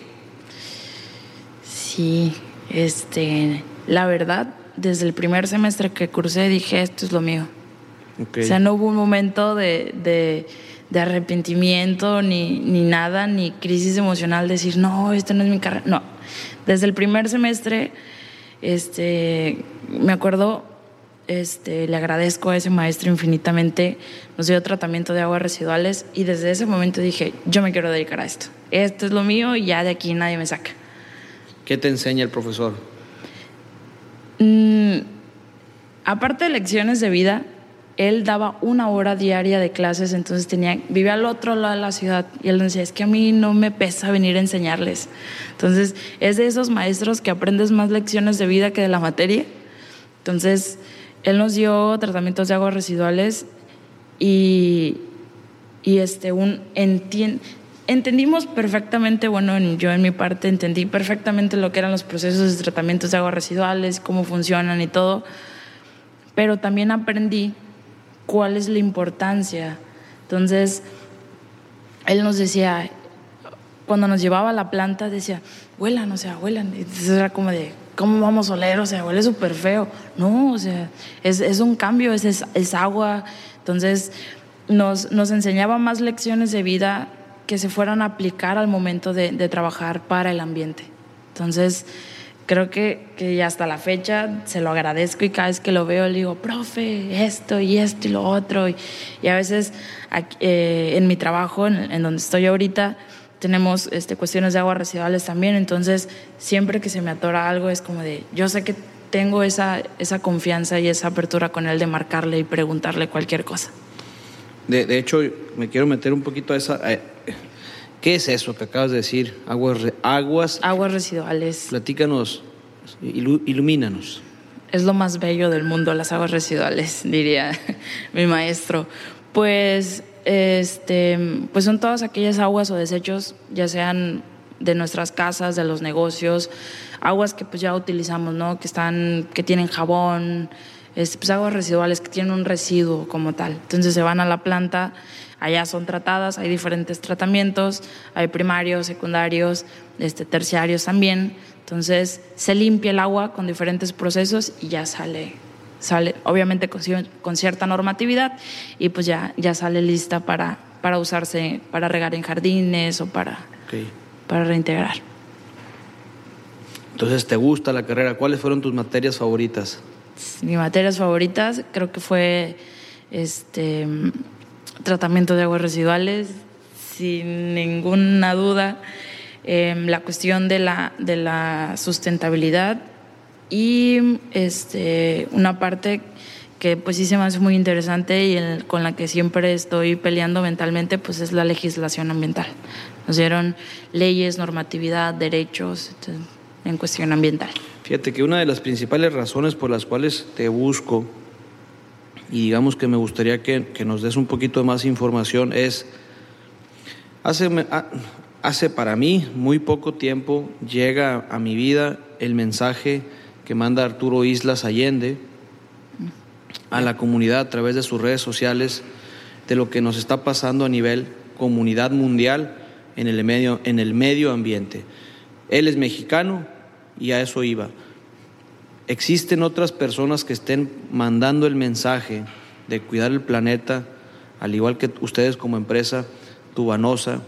Speaker 1: Sí, este, la verdad, desde el primer semestre que cursé dije, esto es lo mío. Okay. O sea, no hubo un momento de, de, de arrepentimiento ni, ni nada, ni crisis emocional de decir, no, esto no es mi carrera. No, desde el primer semestre, este, me acuerdo, este, le agradezco a ese maestro infinitamente, nos dio tratamiento de aguas residuales y desde ese momento dije, yo me quiero dedicar a esto. Esto es lo mío y ya de aquí nadie me saca.
Speaker 2: ¿Qué te enseña el profesor?
Speaker 1: Mm, aparte de lecciones de vida, él daba una hora diaria de clases, entonces tenía, vivía al otro lado de la ciudad y él decía, es que a mí no me pesa venir a enseñarles. Entonces es de esos maestros que aprendes más lecciones de vida que de la materia. Entonces él nos dio tratamientos de aguas residuales y, y este, un, entien, entendimos perfectamente, bueno, en, yo en mi parte entendí perfectamente lo que eran los procesos de tratamientos de aguas residuales, cómo funcionan y todo, pero también aprendí cuál es la importancia. Entonces, él nos decía, cuando nos llevaba a la planta, decía, huelan, o sea, huelan. Entonces era como de, ¿cómo vamos a oler? O sea, huele súper feo. No, o sea, es, es un cambio, es, es, es agua. Entonces, nos, nos enseñaba más lecciones de vida que se fueran a aplicar al momento de, de trabajar para el ambiente. Entonces, creo que, que hasta la fecha se lo agradezco y cada vez que lo veo le digo, profe, esto y esto y lo otro. Y, y a veces aquí, eh, en mi trabajo, en, en donde estoy ahorita, tenemos este, cuestiones de aguas residuales también. Entonces, siempre que se me atora algo es como de, yo sé que tengo esa, esa confianza y esa apertura con él de marcarle y preguntarle cualquier cosa.
Speaker 2: De, de hecho, me quiero meter un poquito a esa... Eh, ¿Qué es eso que acabas de decir? Aguas, aguas,
Speaker 1: aguas residuales.
Speaker 2: Platícanos, ilu, ilumínanos.
Speaker 1: Es lo más bello del mundo, las aguas residuales, diría mi maestro. Pues, este, pues son todas aquellas aguas o desechos, ya sean de nuestras casas, de los negocios, aguas que pues ya utilizamos, ¿no? Que están, que tienen jabón, este, pues aguas residuales que tienen un residuo como tal. Entonces se van a la planta. Allá son tratadas, hay diferentes tratamientos, hay primarios, secundarios, este, terciarios también. Entonces se limpia el agua con diferentes procesos y ya sale, sale obviamente con, con cierta normatividad y pues ya, ya sale lista para, para usarse, para regar en jardines o para, okay. para reintegrar.
Speaker 2: Entonces, ¿te gusta la carrera? ¿Cuáles fueron tus materias favoritas?
Speaker 1: Mis materias favoritas creo que fue... este tratamiento de aguas residuales, sin ninguna duda, eh, la cuestión de la, de la sustentabilidad y este, una parte que pues sí se me hace muy interesante y el, con la que siempre estoy peleando mentalmente, pues es la legislación ambiental. Nos dieron leyes, normatividad, derechos entonces, en cuestión ambiental.
Speaker 2: Fíjate que una de las principales razones por las cuales te busco y digamos que me gustaría que, que nos des un poquito más información es, hace, hace para mí muy poco tiempo llega a mi vida el mensaje que manda Arturo Islas Allende a la comunidad a través de sus redes sociales de lo que nos está pasando a nivel comunidad mundial en el medio, en el medio ambiente. Él es mexicano y a eso iba. Existen otras personas que estén mandando el mensaje de cuidar el planeta, al igual que ustedes como empresa tubanosa,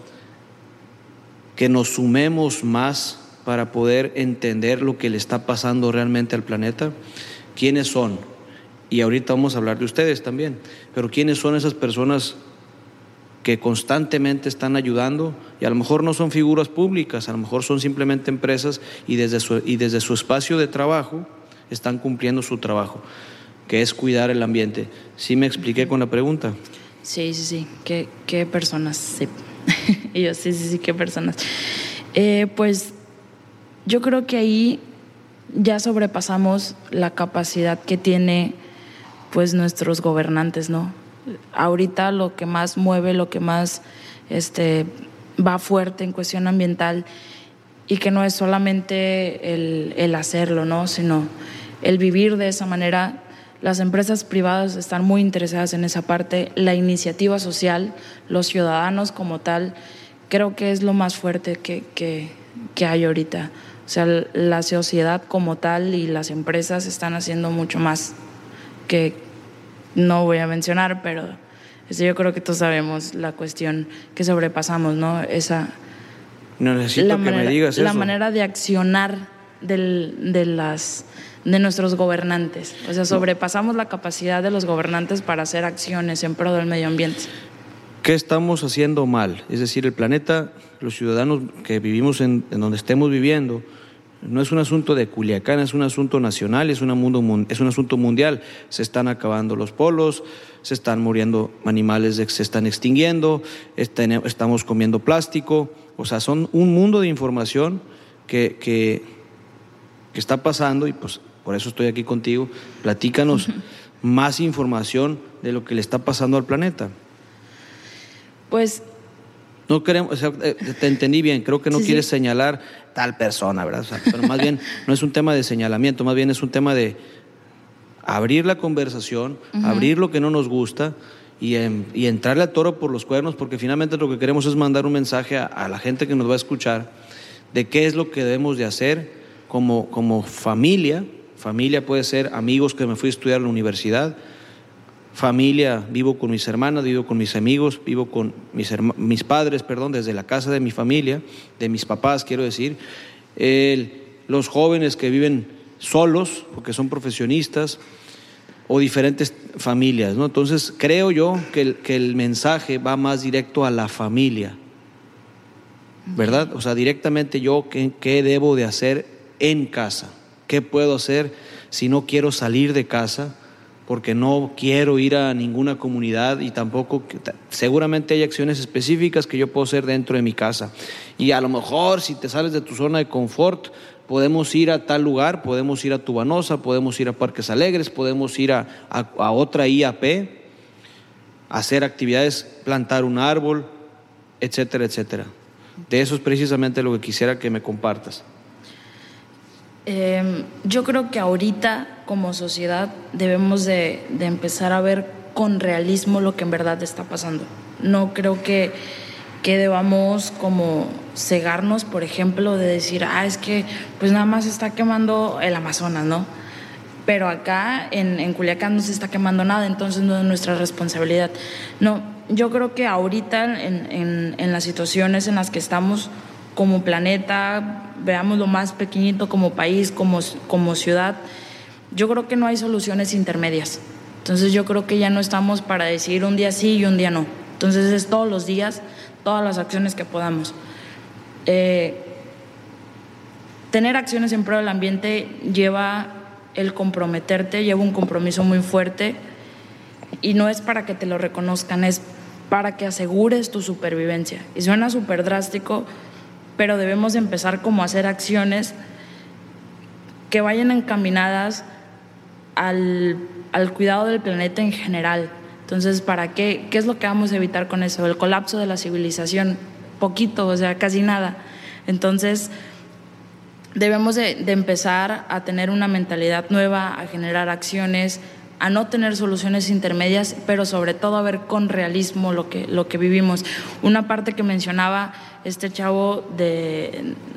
Speaker 2: que nos sumemos más para poder entender lo que le está pasando realmente al planeta. ¿Quiénes son? Y ahorita vamos a hablar de ustedes también, pero ¿quiénes son esas personas que constantemente están ayudando? Y a lo mejor no son figuras públicas, a lo mejor son simplemente empresas y desde su, y desde su espacio de trabajo están cumpliendo su trabajo, que es cuidar el ambiente. ¿Sí me expliqué con la pregunta?
Speaker 1: Sí, sí, sí. ¿Qué, qué personas? Sí. Y yo, sí, sí, sí, qué personas. Eh, pues yo creo que ahí ya sobrepasamos la capacidad que tiene pues nuestros gobernantes, ¿no? Ahorita lo que más mueve, lo que más este, va fuerte en cuestión ambiental, y que no es solamente el, el hacerlo, ¿no? Sino el vivir de esa manera. Las empresas privadas están muy interesadas en esa parte, la iniciativa social, los ciudadanos como tal, creo que es lo más fuerte que, que, que hay ahorita. O sea, la sociedad como tal y las empresas están haciendo mucho más, que no voy a mencionar, pero eso yo creo que todos sabemos la cuestión que sobrepasamos, ¿no? Esa,
Speaker 2: no necesito
Speaker 1: la
Speaker 2: que
Speaker 1: manera,
Speaker 2: me digas
Speaker 1: la
Speaker 2: eso.
Speaker 1: manera de accionar del, de las de nuestros gobernantes. O sea, sobrepasamos la capacidad de los gobernantes para hacer acciones en pro del medio ambiente.
Speaker 2: ¿Qué estamos haciendo mal? Es decir, el planeta, los ciudadanos que vivimos en, en donde estemos viviendo, no es un asunto de Culiacán, es un asunto nacional, es, una mundo, es un asunto mundial. Se están acabando los polos, se están muriendo animales, se están extinguiendo, estamos comiendo plástico. O sea, son un mundo de información que, que, que está pasando, y pues por eso estoy aquí contigo. Platícanos uh-huh. más información de lo que le está pasando al planeta.
Speaker 1: Pues
Speaker 2: no queremos, o sea, te entendí bien, creo que no sí, quieres sí. señalar tal persona, ¿verdad? O sea, pero más bien no es un tema de señalamiento, más bien es un tema de abrir la conversación, uh-huh. abrir lo que no nos gusta y, en, y entrarle a toro por los cuernos, porque finalmente lo que queremos es mandar un mensaje a, a la gente que nos va a escuchar de qué es lo que debemos de hacer como, como familia. Familia puede ser amigos que me fui a estudiar a la universidad, familia, vivo con mis hermanas, vivo con mis amigos, vivo con mis, herma, mis padres, perdón, desde la casa de mi familia, de mis papás, quiero decir. El, los jóvenes que viven solos, porque son profesionistas, o diferentes familias, ¿no? Entonces, creo yo que el, que el mensaje va más directo a la familia, ¿verdad? O sea, directamente yo, ¿qué, qué debo de hacer en casa? ¿Qué puedo hacer si no quiero salir de casa? Porque no quiero ir a ninguna comunidad y tampoco, seguramente hay acciones específicas que yo puedo hacer dentro de mi casa. Y a lo mejor si te sales de tu zona de confort, podemos ir a tal lugar, podemos ir a Tubanosa, podemos ir a Parques Alegres, podemos ir a, a, a otra I A P, hacer actividades, plantar un árbol, etcétera, etcétera. De eso es precisamente lo que quisiera que me compartas.
Speaker 1: Eh, yo creo que ahorita como sociedad debemos de, de empezar a ver con realismo lo que en verdad está pasando. No creo que, que debamos como cegarnos, por ejemplo, de decir, ah, es que pues nada más se está quemando el Amazonas, ¿no? Pero acá en, en Culiacán no se está quemando nada, entonces no es nuestra responsabilidad. No, yo creo que ahorita en, en, en las situaciones en las que estamos como planeta, veamos lo más pequeñito como país, como, como ciudad, yo creo que no hay soluciones intermedias. Entonces yo creo que ya no estamos para decir un día sí y un día no. Entonces es todos los días, todas las acciones que podamos. Eh, tener acciones en pro del ambiente lleva el comprometerte, lleva un compromiso muy fuerte, y no es para que te lo reconozcan, es para que asegures tu supervivencia. Y suena súper drástico, pero debemos empezar como a hacer acciones que vayan encaminadas al, al cuidado del planeta en general. Entonces, ¿para qué? ¿Qué es lo que vamos a evitar con eso? El colapso de la civilización, poquito, o sea, casi nada. Entonces, debemos de, de empezar a tener una mentalidad nueva, a generar acciones, a no tener soluciones intermedias, pero sobre todo a ver con realismo lo que, lo que vivimos. Una parte que mencionaba este chavo de,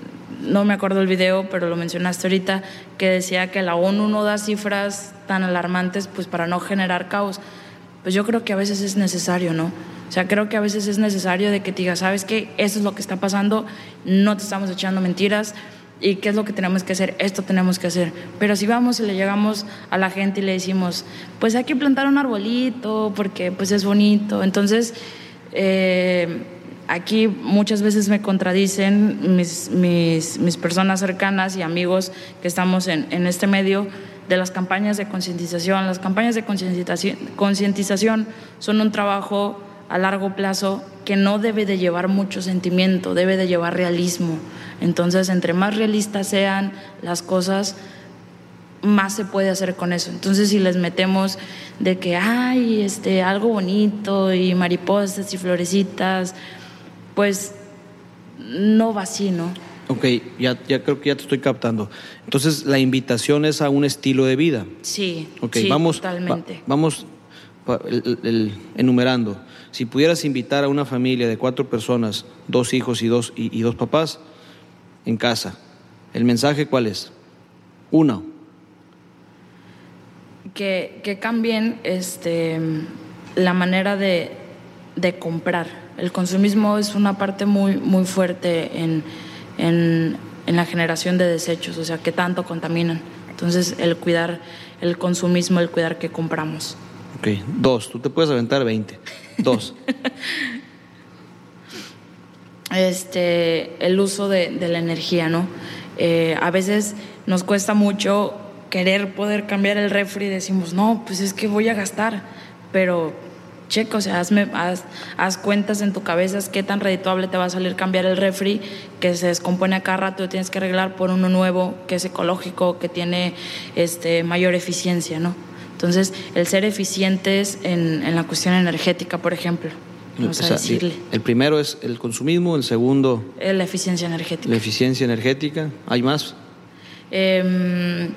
Speaker 1: no me acuerdo el video, pero lo mencionaste ahorita, que decía que la ONU no da cifras tan alarmantes pues para no generar caos. Pues yo creo que a veces es necesario, ¿no? O sea, creo que a veces es necesario de que te digas, ¿sabes qué? Eso es lo que está pasando, no te estamos echando mentiras, ¿y qué es lo que tenemos que hacer? Esto tenemos que hacer. Pero si vamos y le llegamos a la gente y le decimos, pues hay que plantar un arbolito porque pues es bonito. Entonces, eh, aquí muchas veces me contradicen mis, mis, mis personas cercanas y amigos que estamos en, en este medio de las campañas de concientización. Las campañas de concientización, concientización son un trabajo a largo plazo que no debe de llevar mucho sentimiento, debe de llevar realismo. Entonces, entre más realistas sean las cosas, más se puede hacer con eso. Entonces, si les metemos de que hay este, algo bonito y mariposas y florecitas, pues no va así, ¿no?
Speaker 2: Ok, ya, ya creo que ya te estoy captando. Entonces, la invitación es a un estilo de vida.
Speaker 1: Sí,
Speaker 2: okay,
Speaker 1: sí,
Speaker 2: vamos,
Speaker 1: totalmente.
Speaker 2: Va, vamos el, el, enumerando. Si pudieras invitar a una familia de cuatro personas, dos hijos y dos, y, y dos papás, en casa, ¿el mensaje cuál es? Uno.
Speaker 1: Que, que cambien este, la manera de, de comprar. El consumismo es una parte muy, muy fuerte en, en, en la generación de desechos, o sea, que tanto contaminan. Entonces, el cuidar el consumismo, el cuidar que compramos.
Speaker 2: Ok, dos. Tú te puedes aventar veinte. Dos.
Speaker 1: Este, el uso de, de la energía, ¿no? Eh, a veces nos cuesta mucho querer poder cambiar el refri y decimos, no, pues es que voy a gastar, pero checa, o sea, hazme, haz, haz cuentas en tu cabeza qué tan redituable te va a salir cambiar el refri que se descompone a cada rato y tienes que arreglar por uno nuevo que es ecológico, que tiene este, mayor eficiencia, ¿no? Entonces, el ser eficientes en, en la cuestión energética, por ejemplo, vamos
Speaker 2: o sea,
Speaker 1: a decirle.
Speaker 2: El primero es el consumismo, el segundo...
Speaker 1: La eficiencia energética.
Speaker 2: La eficiencia energética. ¿Hay más?
Speaker 1: Eh,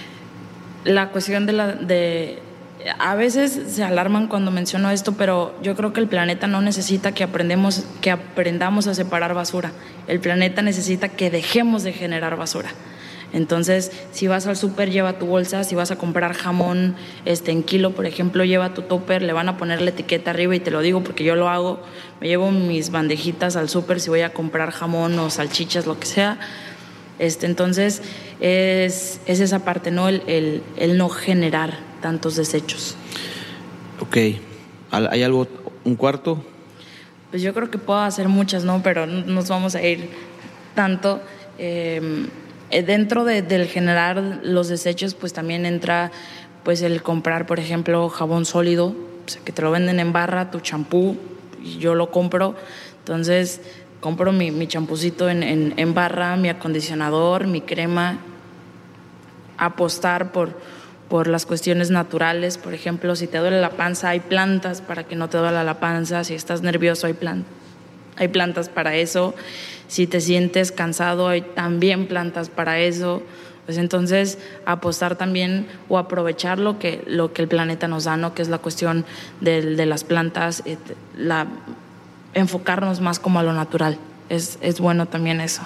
Speaker 1: la cuestión de la... De, a veces se alarman cuando menciono esto, pero yo creo que el planeta no necesita que, aprendemos, que aprendamos a separar basura. El planeta necesita que dejemos de generar basura. Entonces, si vas al súper, lleva tu bolsa. Si vas a comprar jamón este, en kilo, por ejemplo, lleva tu tupper. Le van a poner la etiqueta arriba y te lo digo porque yo lo hago. Me llevo mis bandejitas al súper si voy a comprar jamón o salchichas, lo que sea. Este, entonces, es, es esa parte, ¿no? El, el, el no generar tantos desechos.
Speaker 2: Ok. ¿Hay algo, un cuarto?
Speaker 1: Pues yo creo que puedo hacer muchas, ¿no? Pero no nos vamos a ir tanto... Eh, Dentro de, del generar los desechos, pues también entra pues el comprar, por ejemplo, jabón sólido, o sea, que te lo venden en barra, tu champú, y yo lo compro. Entonces, compro mi, mi champucito en, en, en barra, mi acondicionador, mi crema. Apostar por, por las cuestiones naturales. Por ejemplo, si te duele la panza, hay plantas para que no te duela la panza. Si estás nervioso, hay plantas. Hay plantas para eso. Si te sientes cansado, hay también plantas para eso. Pues entonces, apostar también o aprovechar lo que, lo que el planeta nos da, ¿no? Que es la cuestión de, de las plantas, eh, la, enfocarnos más como a lo natural. Es, es bueno también eso.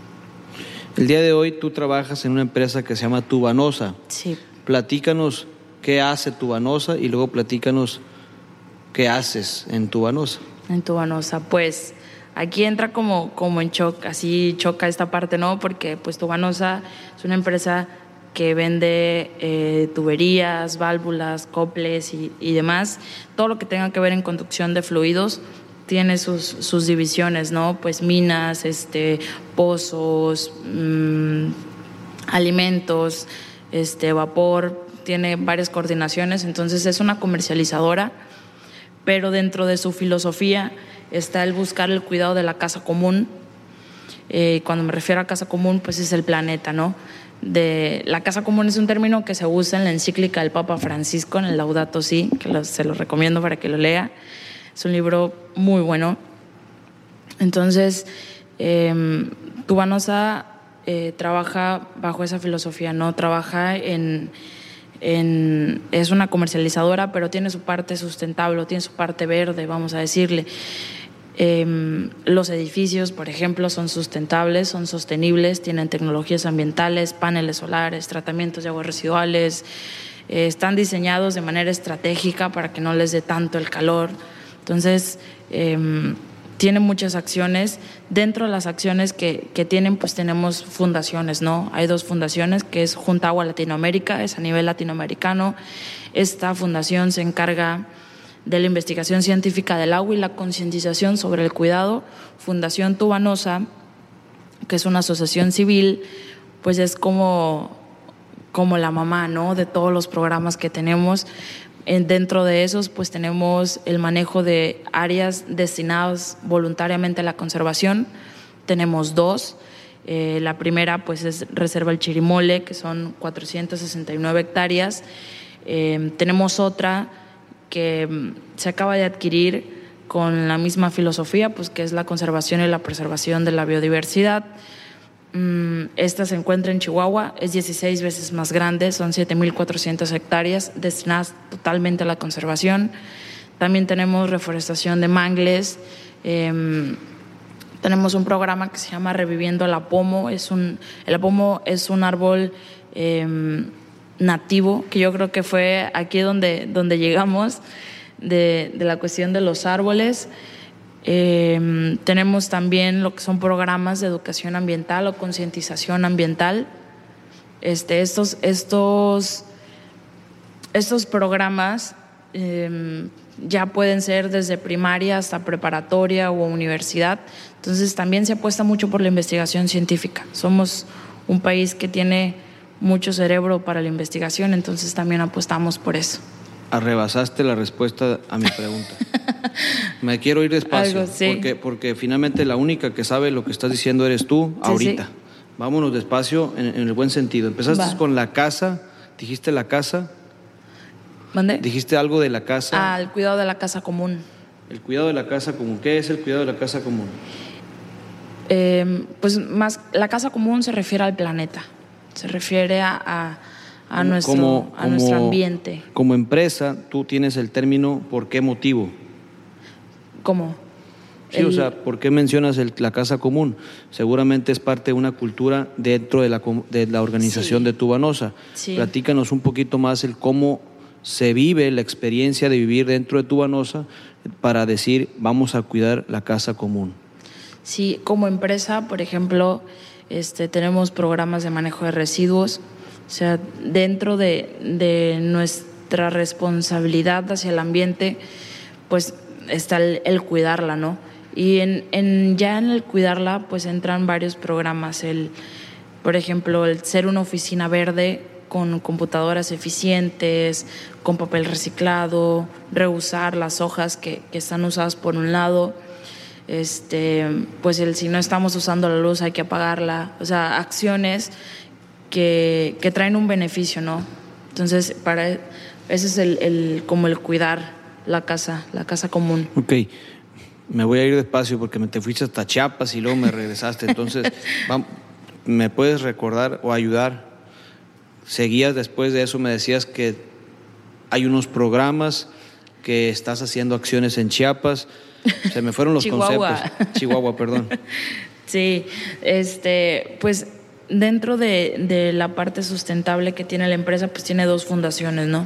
Speaker 2: El día de hoy tú trabajas en una empresa que se llama Tubanosa.
Speaker 1: Sí.
Speaker 2: Platícanos qué hace Tubanosa y luego platícanos qué haces en Tubanosa.
Speaker 1: En Tubanosa, pues... Aquí entra como, como en shock, así choca esta parte, ¿no? Porque pues Tubanosa es una empresa que vende eh, tuberías, válvulas, coples y, y demás. Todo lo que tenga que ver en conducción de fluidos tiene sus, sus divisiones, ¿no? Pues minas, este, pozos, mmm, alimentos, este, vapor, tiene varias coordinaciones. Entonces es una comercializadora, pero dentro de su filosofía está el buscar el cuidado de la casa común. Eh, cuando me refiero a casa común, pues es el planeta, ¿no? De, la casa común es un término que se usa en la encíclica del Papa Francisco, en el Laudato Si, que lo, se lo recomiendo para que lo lea. Es un libro muy bueno. Entonces, eh, Tubanosa eh, trabaja bajo esa filosofía, ¿no? Trabaja en... En, es una comercializadora, pero tiene su parte sustentable, tiene su parte verde, vamos a decirle. Eh, los edificios, por ejemplo, son sustentables, son sostenibles, tienen tecnologías ambientales, paneles solares, tratamientos de aguas residuales, eh, están diseñados de manera estratégica para que no les dé tanto el calor. Entonces, eh, tienen muchas acciones. Dentro de las acciones que, que tienen, pues tenemos fundaciones, ¿no? Hay dos fundaciones, que es Junta Agua Latinoamérica, es a nivel latinoamericano. Esta fundación se encarga de la investigación científica del agua y la concientización sobre el cuidado. Fundación Tubanosa, que es una asociación civil, pues es como, como la mamá, ¿no?, de todos los programas que tenemos. En, dentro de esos, pues tenemos el manejo de áreas destinadas voluntariamente a la conservación. Tenemos dos. Eh, la primera, pues, es Reserva El Chirimole, que son cuatrocientas sesenta y nueve hectáreas. Eh, tenemos otra que se acaba de adquirir con la misma filosofía, pues que es la conservación y la preservación de la biodiversidad. Esta se encuentra en Chihuahua, es dieciséis veces más grande, son siete mil cuatrocientas hectáreas destinadas totalmente a la conservación. También tenemos reforestación de mangles. Eh, tenemos un programa que se llama Reviviendo el Apomo. Es un, el apomo es un árbol eh, nativo, que yo creo que fue aquí donde, donde llegamos de, de la cuestión de los árboles. Eh, tenemos también lo que son programas de educación ambiental o concientización ambiental. Este, estos, estos, estos programas eh, ya pueden ser desde primaria hasta preparatoria o universidad. Entonces también se apuesta mucho por la investigación científica. Somos un país que tiene mucho cerebro para la investigación, entonces también apostamos por eso.
Speaker 2: Arrebasaste la respuesta a mi pregunta. Me quiero ir despacio,
Speaker 1: Algo, sí.
Speaker 2: porque, porque finalmente la única que sabe lo que estás diciendo eres tú,
Speaker 1: sí,
Speaker 2: ahorita.
Speaker 1: Sí.
Speaker 2: Vámonos despacio en, en el buen sentido. Empezaste
Speaker 1: Va.
Speaker 2: con la casa, dijiste la casa.
Speaker 1: ¿Mande?
Speaker 2: Dijiste algo de la casa.
Speaker 1: Ah, el cuidado de la casa común.
Speaker 2: El cuidado de la casa común. ¿Qué es el cuidado de la casa común?
Speaker 1: Eh, pues más, la casa común se refiere al planeta, se refiere a, a, a, nuestro,
Speaker 2: como,
Speaker 1: a nuestro
Speaker 2: como,
Speaker 1: ambiente.
Speaker 2: Como empresa, tú tienes el término ¿por qué motivo?
Speaker 1: ¿Cómo?
Speaker 2: Sí,
Speaker 1: el...
Speaker 2: o sea, ¿por qué mencionas el, la casa común? Seguramente es parte de una cultura dentro de la, de la organización
Speaker 1: sí.
Speaker 2: de Tubanosa.
Speaker 1: Sí.
Speaker 2: Platícanos un poquito más el cómo se vive la experiencia de vivir dentro de Tubanosa para decir vamos a cuidar la casa común.
Speaker 1: Sí, como empresa, por ejemplo, este, tenemos programas de manejo de residuos. O sea, dentro de, de nuestra responsabilidad hacia el ambiente, pues está el, el cuidarla, ¿no? Y en, en, ya en el cuidarla, pues entran varios programas. El, por ejemplo, el ser una oficina verde con computadoras eficientes, con papel reciclado, reusar las hojas que, que están usadas por un lado. Este, pues el si no estamos usando la luz hay que apagarla. O sea, acciones que, que traen un beneficio, ¿no? Entonces, para ese es el, el como el cuidar la casa, la casa común.
Speaker 2: Ok, me voy a ir despacio porque me te fuiste hasta Chiapas y luego me regresaste. Entonces, ¿me puedes recordar o ayudar? Seguías después de eso, me decías que hay unos programas, que estás haciendo acciones en Chiapas. Se me fueron los
Speaker 1: Chihuahua.
Speaker 2: conceptos. Chihuahua, perdón.
Speaker 1: Sí, este, pues dentro de, de la parte sustentable que tiene la empresa, pues tiene dos fundaciones, ¿no?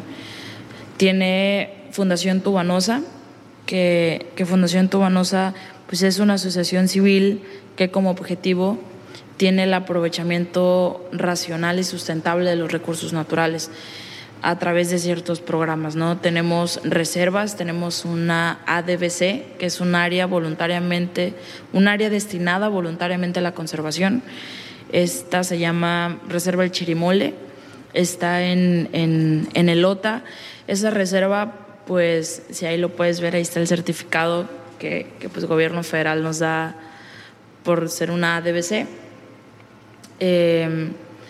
Speaker 1: Tiene Fundación Tubanosa, que, que Fundación Tubanosa pues es una asociación civil que como objetivo tiene el aprovechamiento racional y sustentable de los recursos naturales a través de ciertos programas, ¿no? Tenemos reservas, tenemos una A D B C, que es un área voluntariamente, un área destinada voluntariamente a la conservación. Esta se llama Reserva El Chirimole, está en, en, en el Ota. Esa reserva, pues, si ahí lo puedes ver, ahí está el certificado que, que pues, el gobierno federal nos da por ser una A D B C. Eh,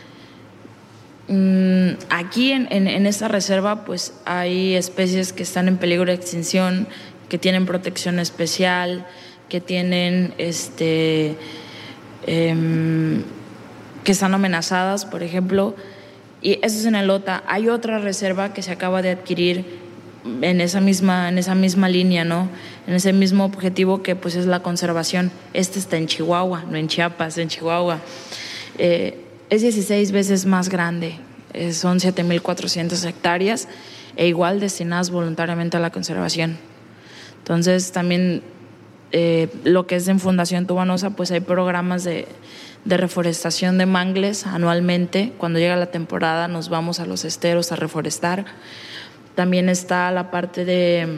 Speaker 1: Aquí en, en, en esta reserva pues hay especies que están en peligro de extinción, que tienen protección especial, que tienen este eh, que están amenazadas, por ejemplo, y eso es en el Ota. Hay otra reserva que se acaba de adquirir en esa misma, en esa misma línea, ¿no? En ese mismo objetivo que pues es la conservación. Este está en Chihuahua, no en Chiapas, en Chihuahua. Eh, es dieciséis veces más grande, eh, son siete mil cuatrocientas hectáreas e igual destinadas voluntariamente a la conservación. Entonces también eh, lo que es en Fundación Tubanosa, pues hay programas de, de reforestación de mangles anualmente. Cuando llega la temporada nos vamos a los esteros a reforestar. También está la parte de,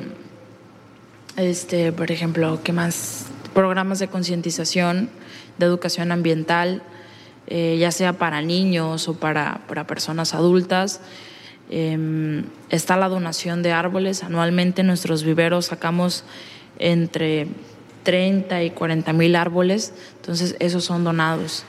Speaker 1: este, por ejemplo, ¿qué más? Programas de concientización, de educación ambiental, eh, ya sea para niños o para, para personas adultas. Eh, está la donación de árboles. Anualmente en nuestros viveros sacamos entre treinta y cuarenta mil árboles, entonces esos son donados.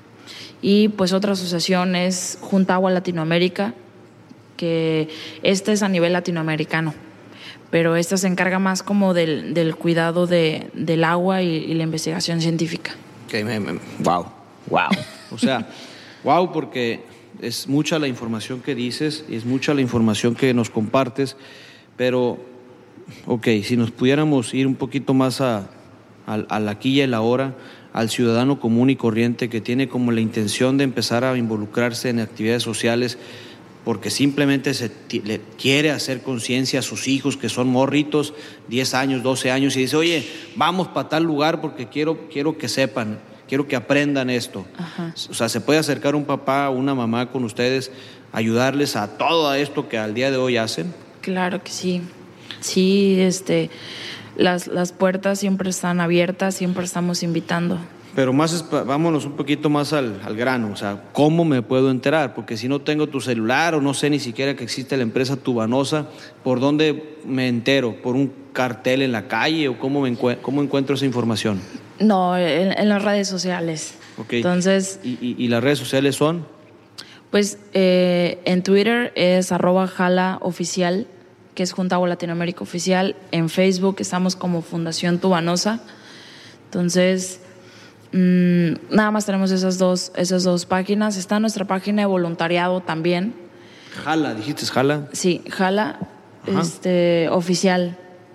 Speaker 1: Y pues otra asociación es Junta Agua Latinoamérica, que esta es a nivel latinoamericano, pero esta se encarga más como del, del cuidado de, del agua y, y la investigación científica.
Speaker 2: Okay, me, me, wow, wow. O sea, wow, porque es mucha la información que dices y es mucha la información que nos compartes, pero, ok, si nos pudiéramos ir un poquito más a, a, a la aquí y a la ahora, al ciudadano común y corriente que tiene como la intención de empezar a involucrarse en actividades sociales, porque simplemente se t- le quiere hacer conciencia a sus hijos que son morritos, diez años, doce años, y dice, oye, vamos para tal lugar porque quiero, quiero que sepan, quiero que aprendan esto.
Speaker 1: Ajá.
Speaker 2: O sea, se puede acercar un papá o una mamá con ustedes, ayudarles a todo esto que al día de hoy hacen.
Speaker 1: Claro que sí. Sí, este, las, las puertas siempre están abiertas, siempre estamos invitando.
Speaker 2: Pero más, vámonos un poquito más al, al grano, o sea, ¿cómo me puedo enterar? Porque si no tengo tu celular o no sé ni siquiera que existe la empresa Tubanosa, ¿por dónde me entero? ¿Por un cartel en la calle o cómo, me encue- cómo encuentro esa información?
Speaker 1: No, en, en las redes sociales.
Speaker 2: Okay.
Speaker 1: Entonces,
Speaker 2: ¿Y, y, y las redes sociales son?
Speaker 1: Pues eh, en Twitter es arroba jala oficial, que es Junta Agua Latinoamérica Oficial. En Facebook estamos como Fundación Tubanosa. Entonces, mmm, nada más tenemos esas dos, esas dos páginas. Está nuestra página de voluntariado también.
Speaker 2: Jala, ¿dijiste Jala?
Speaker 1: Sí, Jala este, oficial.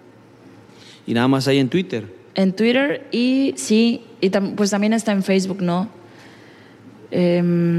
Speaker 2: ¿Y nada más hay en Twitter?
Speaker 1: En Twitter y sí, y tam- pues también está en Facebook, ¿no? Eh,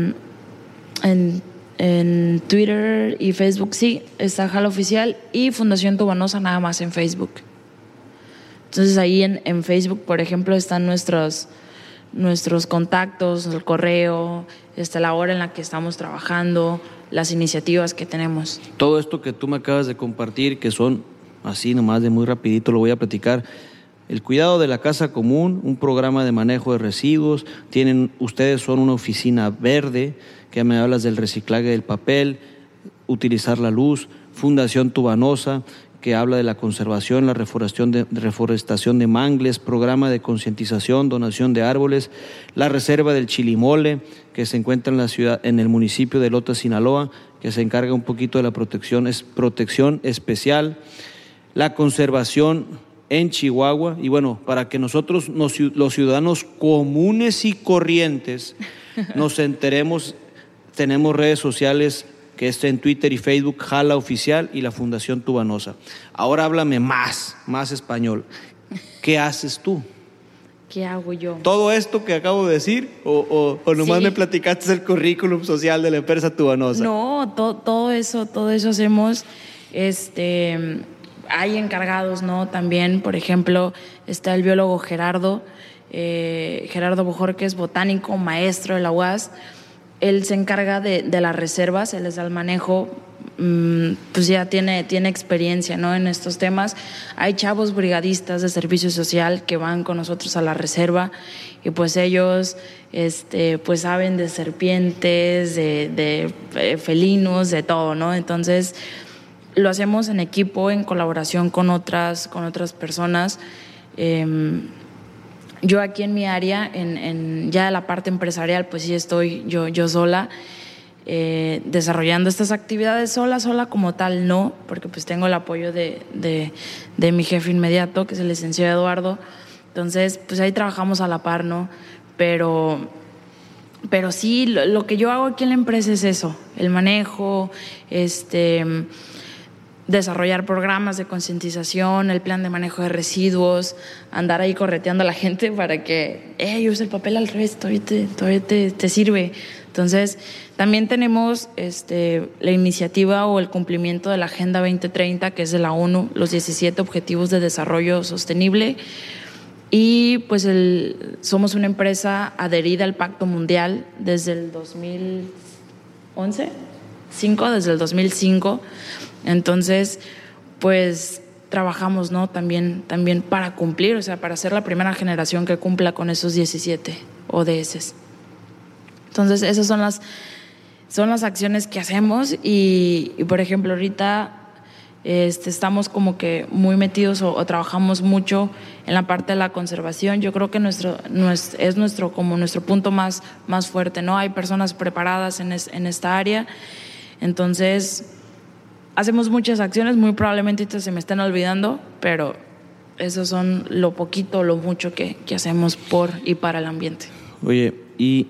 Speaker 1: en, en Twitter y Facebook sí, está Jala Oficial y Fundación Tubanosa nada más en Facebook. Entonces ahí en, en Facebook, por ejemplo, están nuestros, nuestros contactos, el correo, está la hora en la que estamos trabajando, las iniciativas que tenemos.
Speaker 2: Todo esto que tú me acabas de compartir, que son así nomás de muy rapidito, lo voy a platicar. El cuidado de la casa común, un programa de manejo de residuos, tienen, ustedes son una oficina verde, que me hablas del reciclaje del papel, utilizar la luz, Fundación Tubanosa, que habla de la conservación, la reforestación de, reforestación de mangles, programa de concientización, donación de árboles, la reserva del Chilimole, que se encuentra en la ciudad, en el municipio de Lota, Sinaloa, que se encarga un poquito de la protección, es protección especial, la conservación en Chihuahua, y bueno, para que nosotros, nos, los ciudadanos comunes y corrientes, nos enteremos, tenemos redes sociales que es en Twitter y Facebook, Jala Oficial y la Fundación Tubanosa. Ahora háblame más, más español. ¿Qué haces tú?
Speaker 1: ¿Qué hago yo?
Speaker 2: ¿Todo esto que acabo de decir o, o, o nomás
Speaker 1: Sí.
Speaker 2: me platicaste el currículum social de la empresa Tubanosa?
Speaker 1: No, to, todo eso, todo eso hacemos. Este, hay encargados, ¿no? También, por ejemplo, está el biólogo Gerardo, eh, Gerardo Bojorquez, botánico, maestro de la U A S. Él se encarga de, de las reservas, él les da el manejo, mmm, pues ya tiene, tiene experiencia, ¿no? En estos temas. Hay chavos brigadistas de servicio social que van con nosotros a la reserva y pues ellos este, pues saben de serpientes, de, de eh, felinos, de todo, ¿no? Entonces lo hacemos en equipo, en colaboración con otras, con otras personas. Eh, Yo aquí en mi área, en, en ya la parte empresarial, pues sí estoy yo, yo sola eh, desarrollando estas actividades sola, sola como tal no, porque pues tengo el apoyo de, de, de mi jefe inmediato, que es el licenciado Eduardo. Entonces, pues ahí trabajamos a la par, ¿no? Pero, pero sí, lo, lo que yo hago aquí en la empresa es eso, el manejo, este... desarrollar programas de concientización, el plan de manejo de residuos, andar ahí correteando a la gente para que, hey, usa el papel al revés, todavía te, todavía te, te sirve. Entonces, también tenemos este, la iniciativa o el cumplimiento de la Agenda veinte treinta, que es de la ONU, los diecisiete Objetivos de Desarrollo Sostenible. Y pues el, somos una empresa adherida al Pacto Mundial desde el dos mil once, cinco, desde el dos mil cinco. Entonces, pues trabajamos, ¿no? También, también para cumplir, o sea, para ser la primera generación que cumpla con esos diecisiete O D S. Entonces, esas son las, son las acciones que hacemos y, y por ejemplo, ahorita este, estamos como que muy metidos o, o trabajamos mucho en la parte de la conservación. Yo creo que nuestro, nuestro, es nuestro, como nuestro punto más, más fuerte, ¿no? Hay personas preparadas en, es, en esta área, entonces hacemos muchas acciones, muy probablemente se me estén olvidando, pero esos son lo poquito o lo mucho que, que hacemos por y para el ambiente.
Speaker 2: Oye, y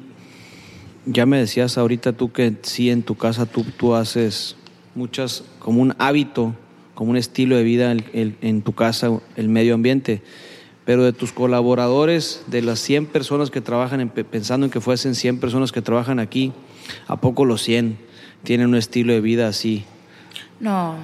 Speaker 2: ya me decías ahorita tú que sí en tu casa tú, tú haces muchas, como un hábito, como un estilo de vida el, el, en tu casa, el medio ambiente, pero de tus colaboradores, de las cien personas que trabajan, en, pensando en que fuesen cien personas que trabajan aquí, ¿a poco los cien tienen un estilo de vida así?
Speaker 1: No,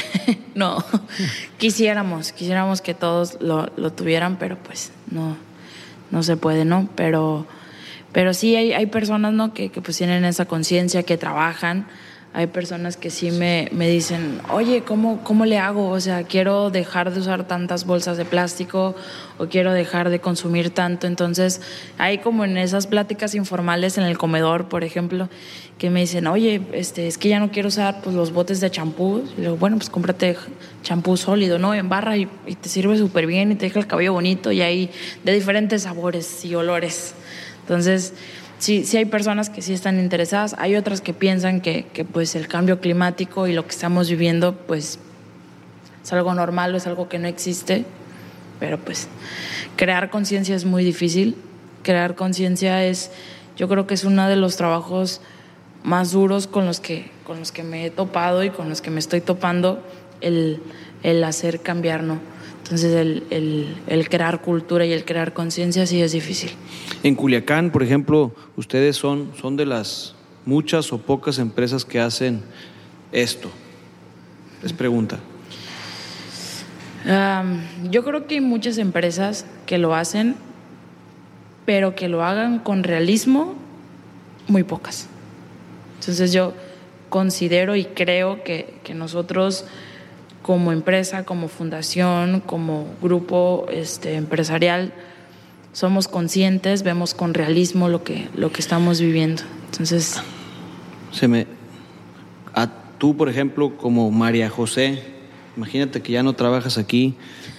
Speaker 1: no, quisiéramos, quisiéramos que todos lo, lo tuvieran, pero pues no, no se puede, ¿no? Pero, pero sí hay, hay personas, ¿no? que, que pues tienen esa conciencia, que trabajan. Hay personas que sí me, me dicen, oye, ¿cómo, ¿cómo le hago? O sea, quiero dejar de usar tantas bolsas de plástico o quiero dejar de consumir tanto. Entonces, hay como en esas pláticas informales en el comedor, por ejemplo, que me dicen, oye, este, es que ya no quiero usar pues, los botes de champú. Y digo, bueno, pues cómprate champú sólido, ¿no? En barra y, y te sirve súper bien y te deja el cabello bonito y hay de diferentes sabores y olores. Entonces, sí, sí hay personas que sí están interesadas, hay otras que piensan que, que pues el cambio climático y lo que estamos viviendo pues es algo normal o es algo que no existe, pero pues crear conciencia es muy difícil. Crear conciencia es, yo creo que es uno de los trabajos más duros con los que, con los que me he topado y con los que me estoy topando, el, el hacer cambiar, ¿no? Entonces el, el, el crear cultura y el crear conciencia sí es difícil.
Speaker 2: En Culiacán, por ejemplo, ustedes son, son de las muchas o pocas empresas que hacen esto. Les pregunta.
Speaker 1: Um, yo creo que hay muchas empresas que lo hacen, pero que lo hagan con realismo, muy pocas. Entonces yo considero y creo que, que nosotros como empresa, como fundación, como grupo este, empresarial, somos conscientes, vemos con realismo lo que, lo que estamos viviendo. Entonces,
Speaker 2: se me, a tú, por ejemplo, como María José, imagínate que ya no trabajas aquí,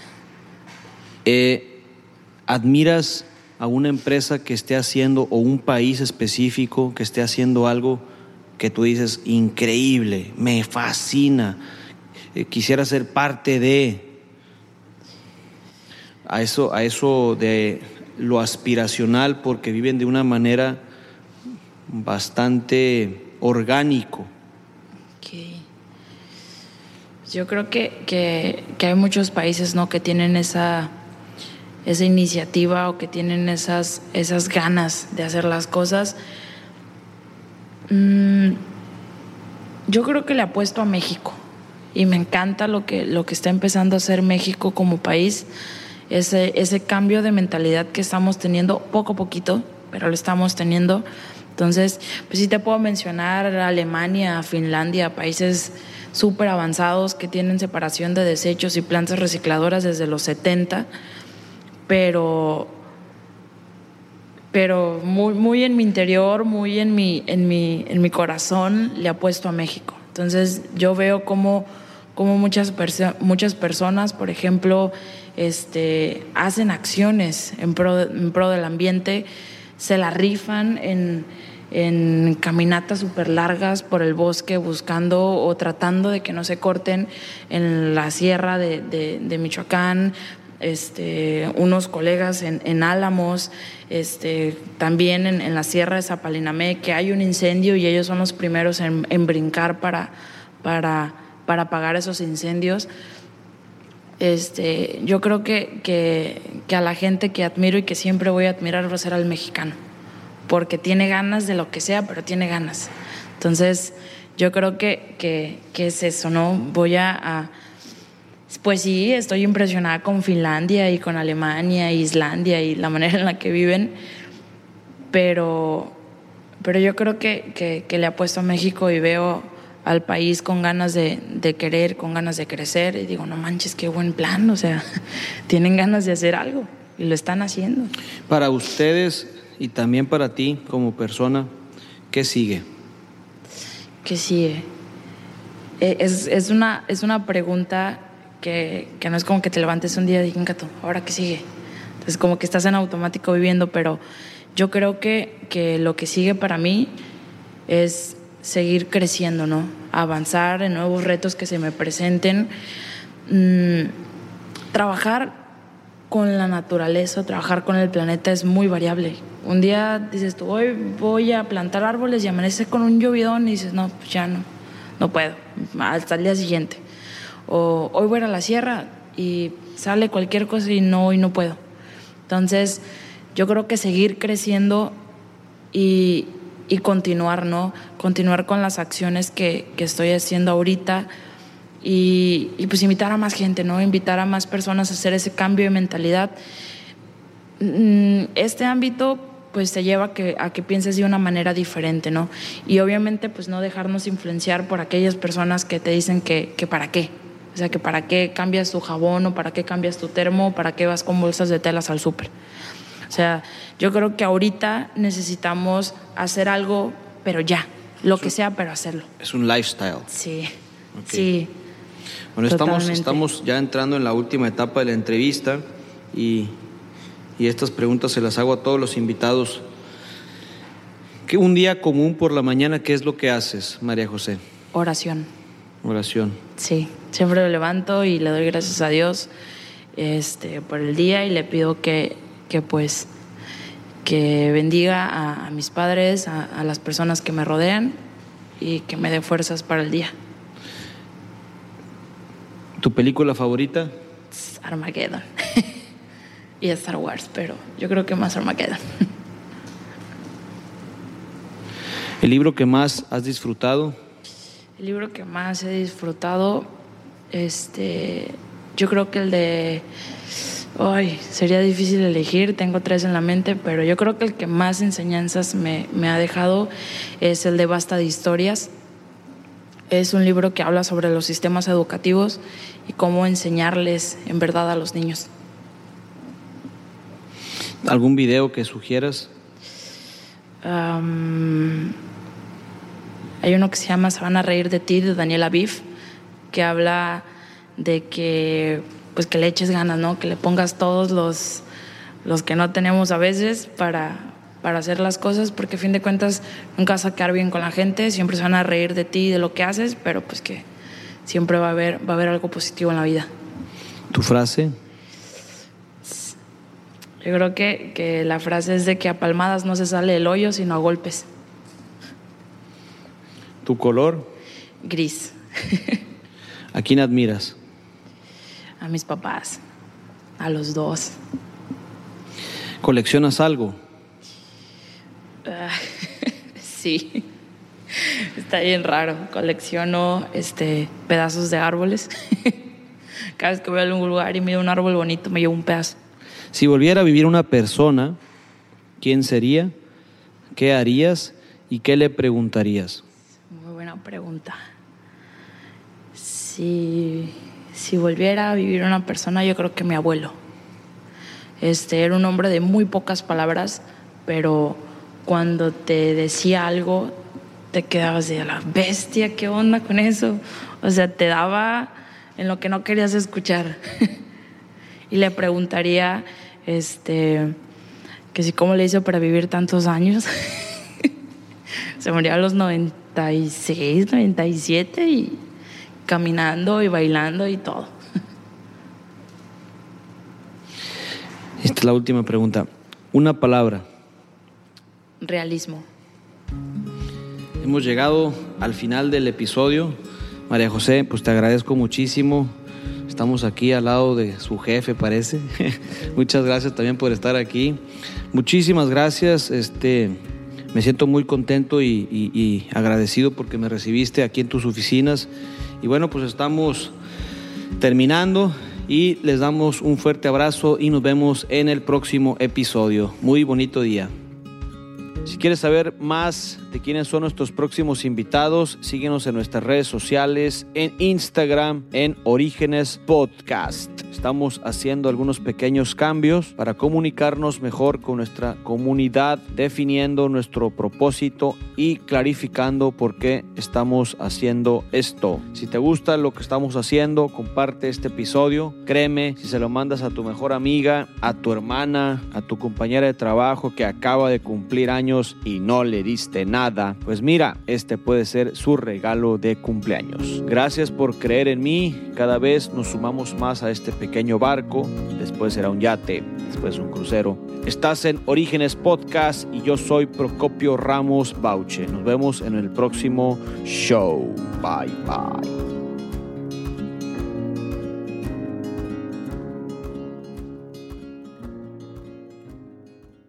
Speaker 2: eh, ¿admiras a una empresa que esté haciendo, o un país específico que esté haciendo algo que tú dices, increíble, me fascina, eh, quisiera ser parte de a eso, a eso de lo aspiracional, porque viven de una manera bastante orgánico?
Speaker 1: Okay. Yo creo que, que, que hay muchos países, ¿no?, que tienen esa, esa iniciativa o que tienen esas, esas ganas de hacer las cosas. Mm, yo creo que le apuesto a México y me encanta lo que, lo que está empezando a hacer México como país. Ese, ese cambio de mentalidad que estamos teniendo poco a poquito, pero lo estamos teniendo. Entonces, pues sí te puedo mencionar a Alemania, a Finlandia, países súper avanzados que tienen separación de desechos y plantas recicladoras desde los setenta, pero, pero muy, muy en mi interior, muy en mi, en mi, en mi corazón le apuesto a México. Entonces, yo veo cómo, cómo muchas, perso- muchas personas, por ejemplo, Este, hacen acciones en pro, en pro del ambiente, se la rifan en, en caminatas súper largas por el bosque buscando o tratando de que no se corten en la sierra de, de, de Michoacán, este, unos colegas en, en Álamos, este, también en, en la sierra de Zapalinamé, que hay un incendio y ellos son los primeros en, en brincar para, para para apagar esos incendios. Este, yo creo que, que, que a la gente que admiro y que siempre voy a admirar va a ser al mexicano, porque tiene ganas de lo que sea, pero tiene ganas. Entonces, yo creo que, que, que es eso, ¿no? Voy a, a... Pues sí, estoy impresionada con Finlandia y con Alemania, Islandia y la manera en la que viven, pero, pero yo creo que, que, que le apuesto a México y veo al país con ganas de, de querer, con ganas de crecer, y digo, no manches, qué buen plan, o sea, tienen ganas de hacer algo y lo están haciendo.
Speaker 2: Para ustedes y también para ti como persona, ¿qué sigue?
Speaker 1: ¿Qué sigue? Es, es, una, es una pregunta que, que no es como que te levantes un día y digas, ¿ahora qué sigue? Entonces como que estás en automático viviendo, pero yo creo que, que lo que sigue para mí es seguir creciendo, ¿no? Avanzar en nuevos retos que se me presenten, mmm, trabajar con la naturaleza, trabajar con el planeta es muy variable. Un día dices tú, hoy voy a plantar árboles y amanece con un llovidón y dices, no, pues ya no, no puedo, hasta el día siguiente. O hoy voy a ir a la sierra y sale cualquier cosa y no, hoy no puedo. Entonces, yo creo que seguir creciendo y y continuar, ¿no? Continuar con las acciones que, que estoy haciendo ahorita y, y pues invitar a más gente, ¿no? Invitar a más personas a hacer ese cambio de mentalidad. Este ámbito pues te lleva a que, a que pienses de una manera diferente, ¿no? Y obviamente pues no dejarnos influenciar por aquellas personas que te dicen que, que para qué. O sea, que para qué cambias tu jabón o para qué cambias tu termo o para qué vas con bolsas de telas al súper. O sea, yo creo que ahorita necesitamos hacer algo, pero ya, lo que sea, pero hacerlo.
Speaker 2: Es un lifestyle.
Speaker 1: Sí,
Speaker 2: okay.
Speaker 1: Sí.
Speaker 2: Bueno, estamos, estamos ya entrando en la última etapa de la entrevista y, y estas preguntas se las hago a todos los invitados. ¿Qué un día común por la mañana, qué es lo que haces, María José?
Speaker 1: Oración.
Speaker 2: Oración.
Speaker 1: Sí, siempre me levanto y le doy gracias a Dios este, por el día y le pido que... que pues que bendiga a, a mis padres, a, a las personas que me rodean y que me dé fuerzas para el día.
Speaker 2: ¿Tu película favorita?
Speaker 1: Es Armageddon y Star Wars, pero yo creo que más Armageddon.
Speaker 2: ¿El libro que más has disfrutado?
Speaker 1: El libro que más he disfrutado, este, yo creo que el de... Ay, sería difícil elegir, tengo tres en la mente, pero yo creo que el que más enseñanzas me, me ha dejado es el de Basta de Historias. Es un libro que habla sobre los sistemas educativos y cómo enseñarles en verdad a los niños.
Speaker 2: ¿Algún video que sugieras?
Speaker 1: Um, hay uno que se llama Se van a reír de ti, de Daniel Aviv, que habla de que... pues que le eches ganas, ¿no? Que le pongas todos los, los que no tenemos a veces para, para hacer las cosas, porque a fin de cuentas nunca vas a quedar bien con la gente, siempre se van a reír de ti y de lo que haces, pero pues que siempre va a haber, va a haber algo positivo en la vida.
Speaker 2: ¿Tu frase?
Speaker 1: Yo creo que, que la frase es de que a palmadas no se sale del hoyo, sino a golpes.
Speaker 2: ¿Tu color?
Speaker 1: Gris.
Speaker 2: ¿A quién admiras?
Speaker 1: A mis papás, a los dos.
Speaker 2: ¿Coleccionas algo?
Speaker 1: Uh, sí, está bien raro. Colecciono este, pedazos de árboles. Cada vez que voy a algún lugar y miro un árbol bonito, me llevo un pedazo.
Speaker 2: Si volviera a vivir una persona, ¿quién sería? ¿Qué harías? ¿Y qué le preguntarías?
Speaker 1: Muy buena pregunta. Si... Si volviera a vivir una persona, yo creo que mi abuelo. Este, era un hombre de muy pocas palabras, pero cuando te decía algo, te quedabas de la bestia, ¿qué onda con eso? O sea, te daba en lo que no querías escuchar. Y le preguntaría, este, que si cómo le hizo para vivir tantos años. Se murió a los noventa y seis, noventa y siete y caminando y bailando y todo.
Speaker 2: Esta es la última pregunta. Una palabra.
Speaker 1: Realismo.
Speaker 2: Hemos llegado al final del episodio. María José, pues te agradezco muchísimo. Estamos aquí al lado de su jefe, parece. Muchas gracias también por estar aquí. Muchísimas gracias. Este, me siento muy contento y, y, y agradecido porque me recibiste aquí en tus oficinas. Y bueno, pues estamos terminando y les damos un fuerte abrazo y nos vemos en el próximo episodio. Muy bonito día. Si quieres saber más de quiénes son nuestros próximos invitados, síguenos en nuestras redes sociales, en Instagram, en Orígenes Podcast. Estamos haciendo algunos pequeños cambios para comunicarnos mejor con nuestra comunidad, definiendo nuestro propósito y clarificando por qué estamos haciendo esto. Si te gusta lo que estamos haciendo, comparte este episodio. Créeme, si se lo mandas a tu mejor amiga, a tu hermana, a tu compañera de trabajo que acaba de cumplir años y no le diste nada, pues mira, este puede ser su regalo de cumpleaños. Gracias por creer en mí. Cada vez nos sumamos más a este pequeño barco. Después será un yate, después un crucero. Estás en Orígenes Podcast y yo soy Procopio Ramos Bauche. Nos vemos en el próximo show. Bye bye.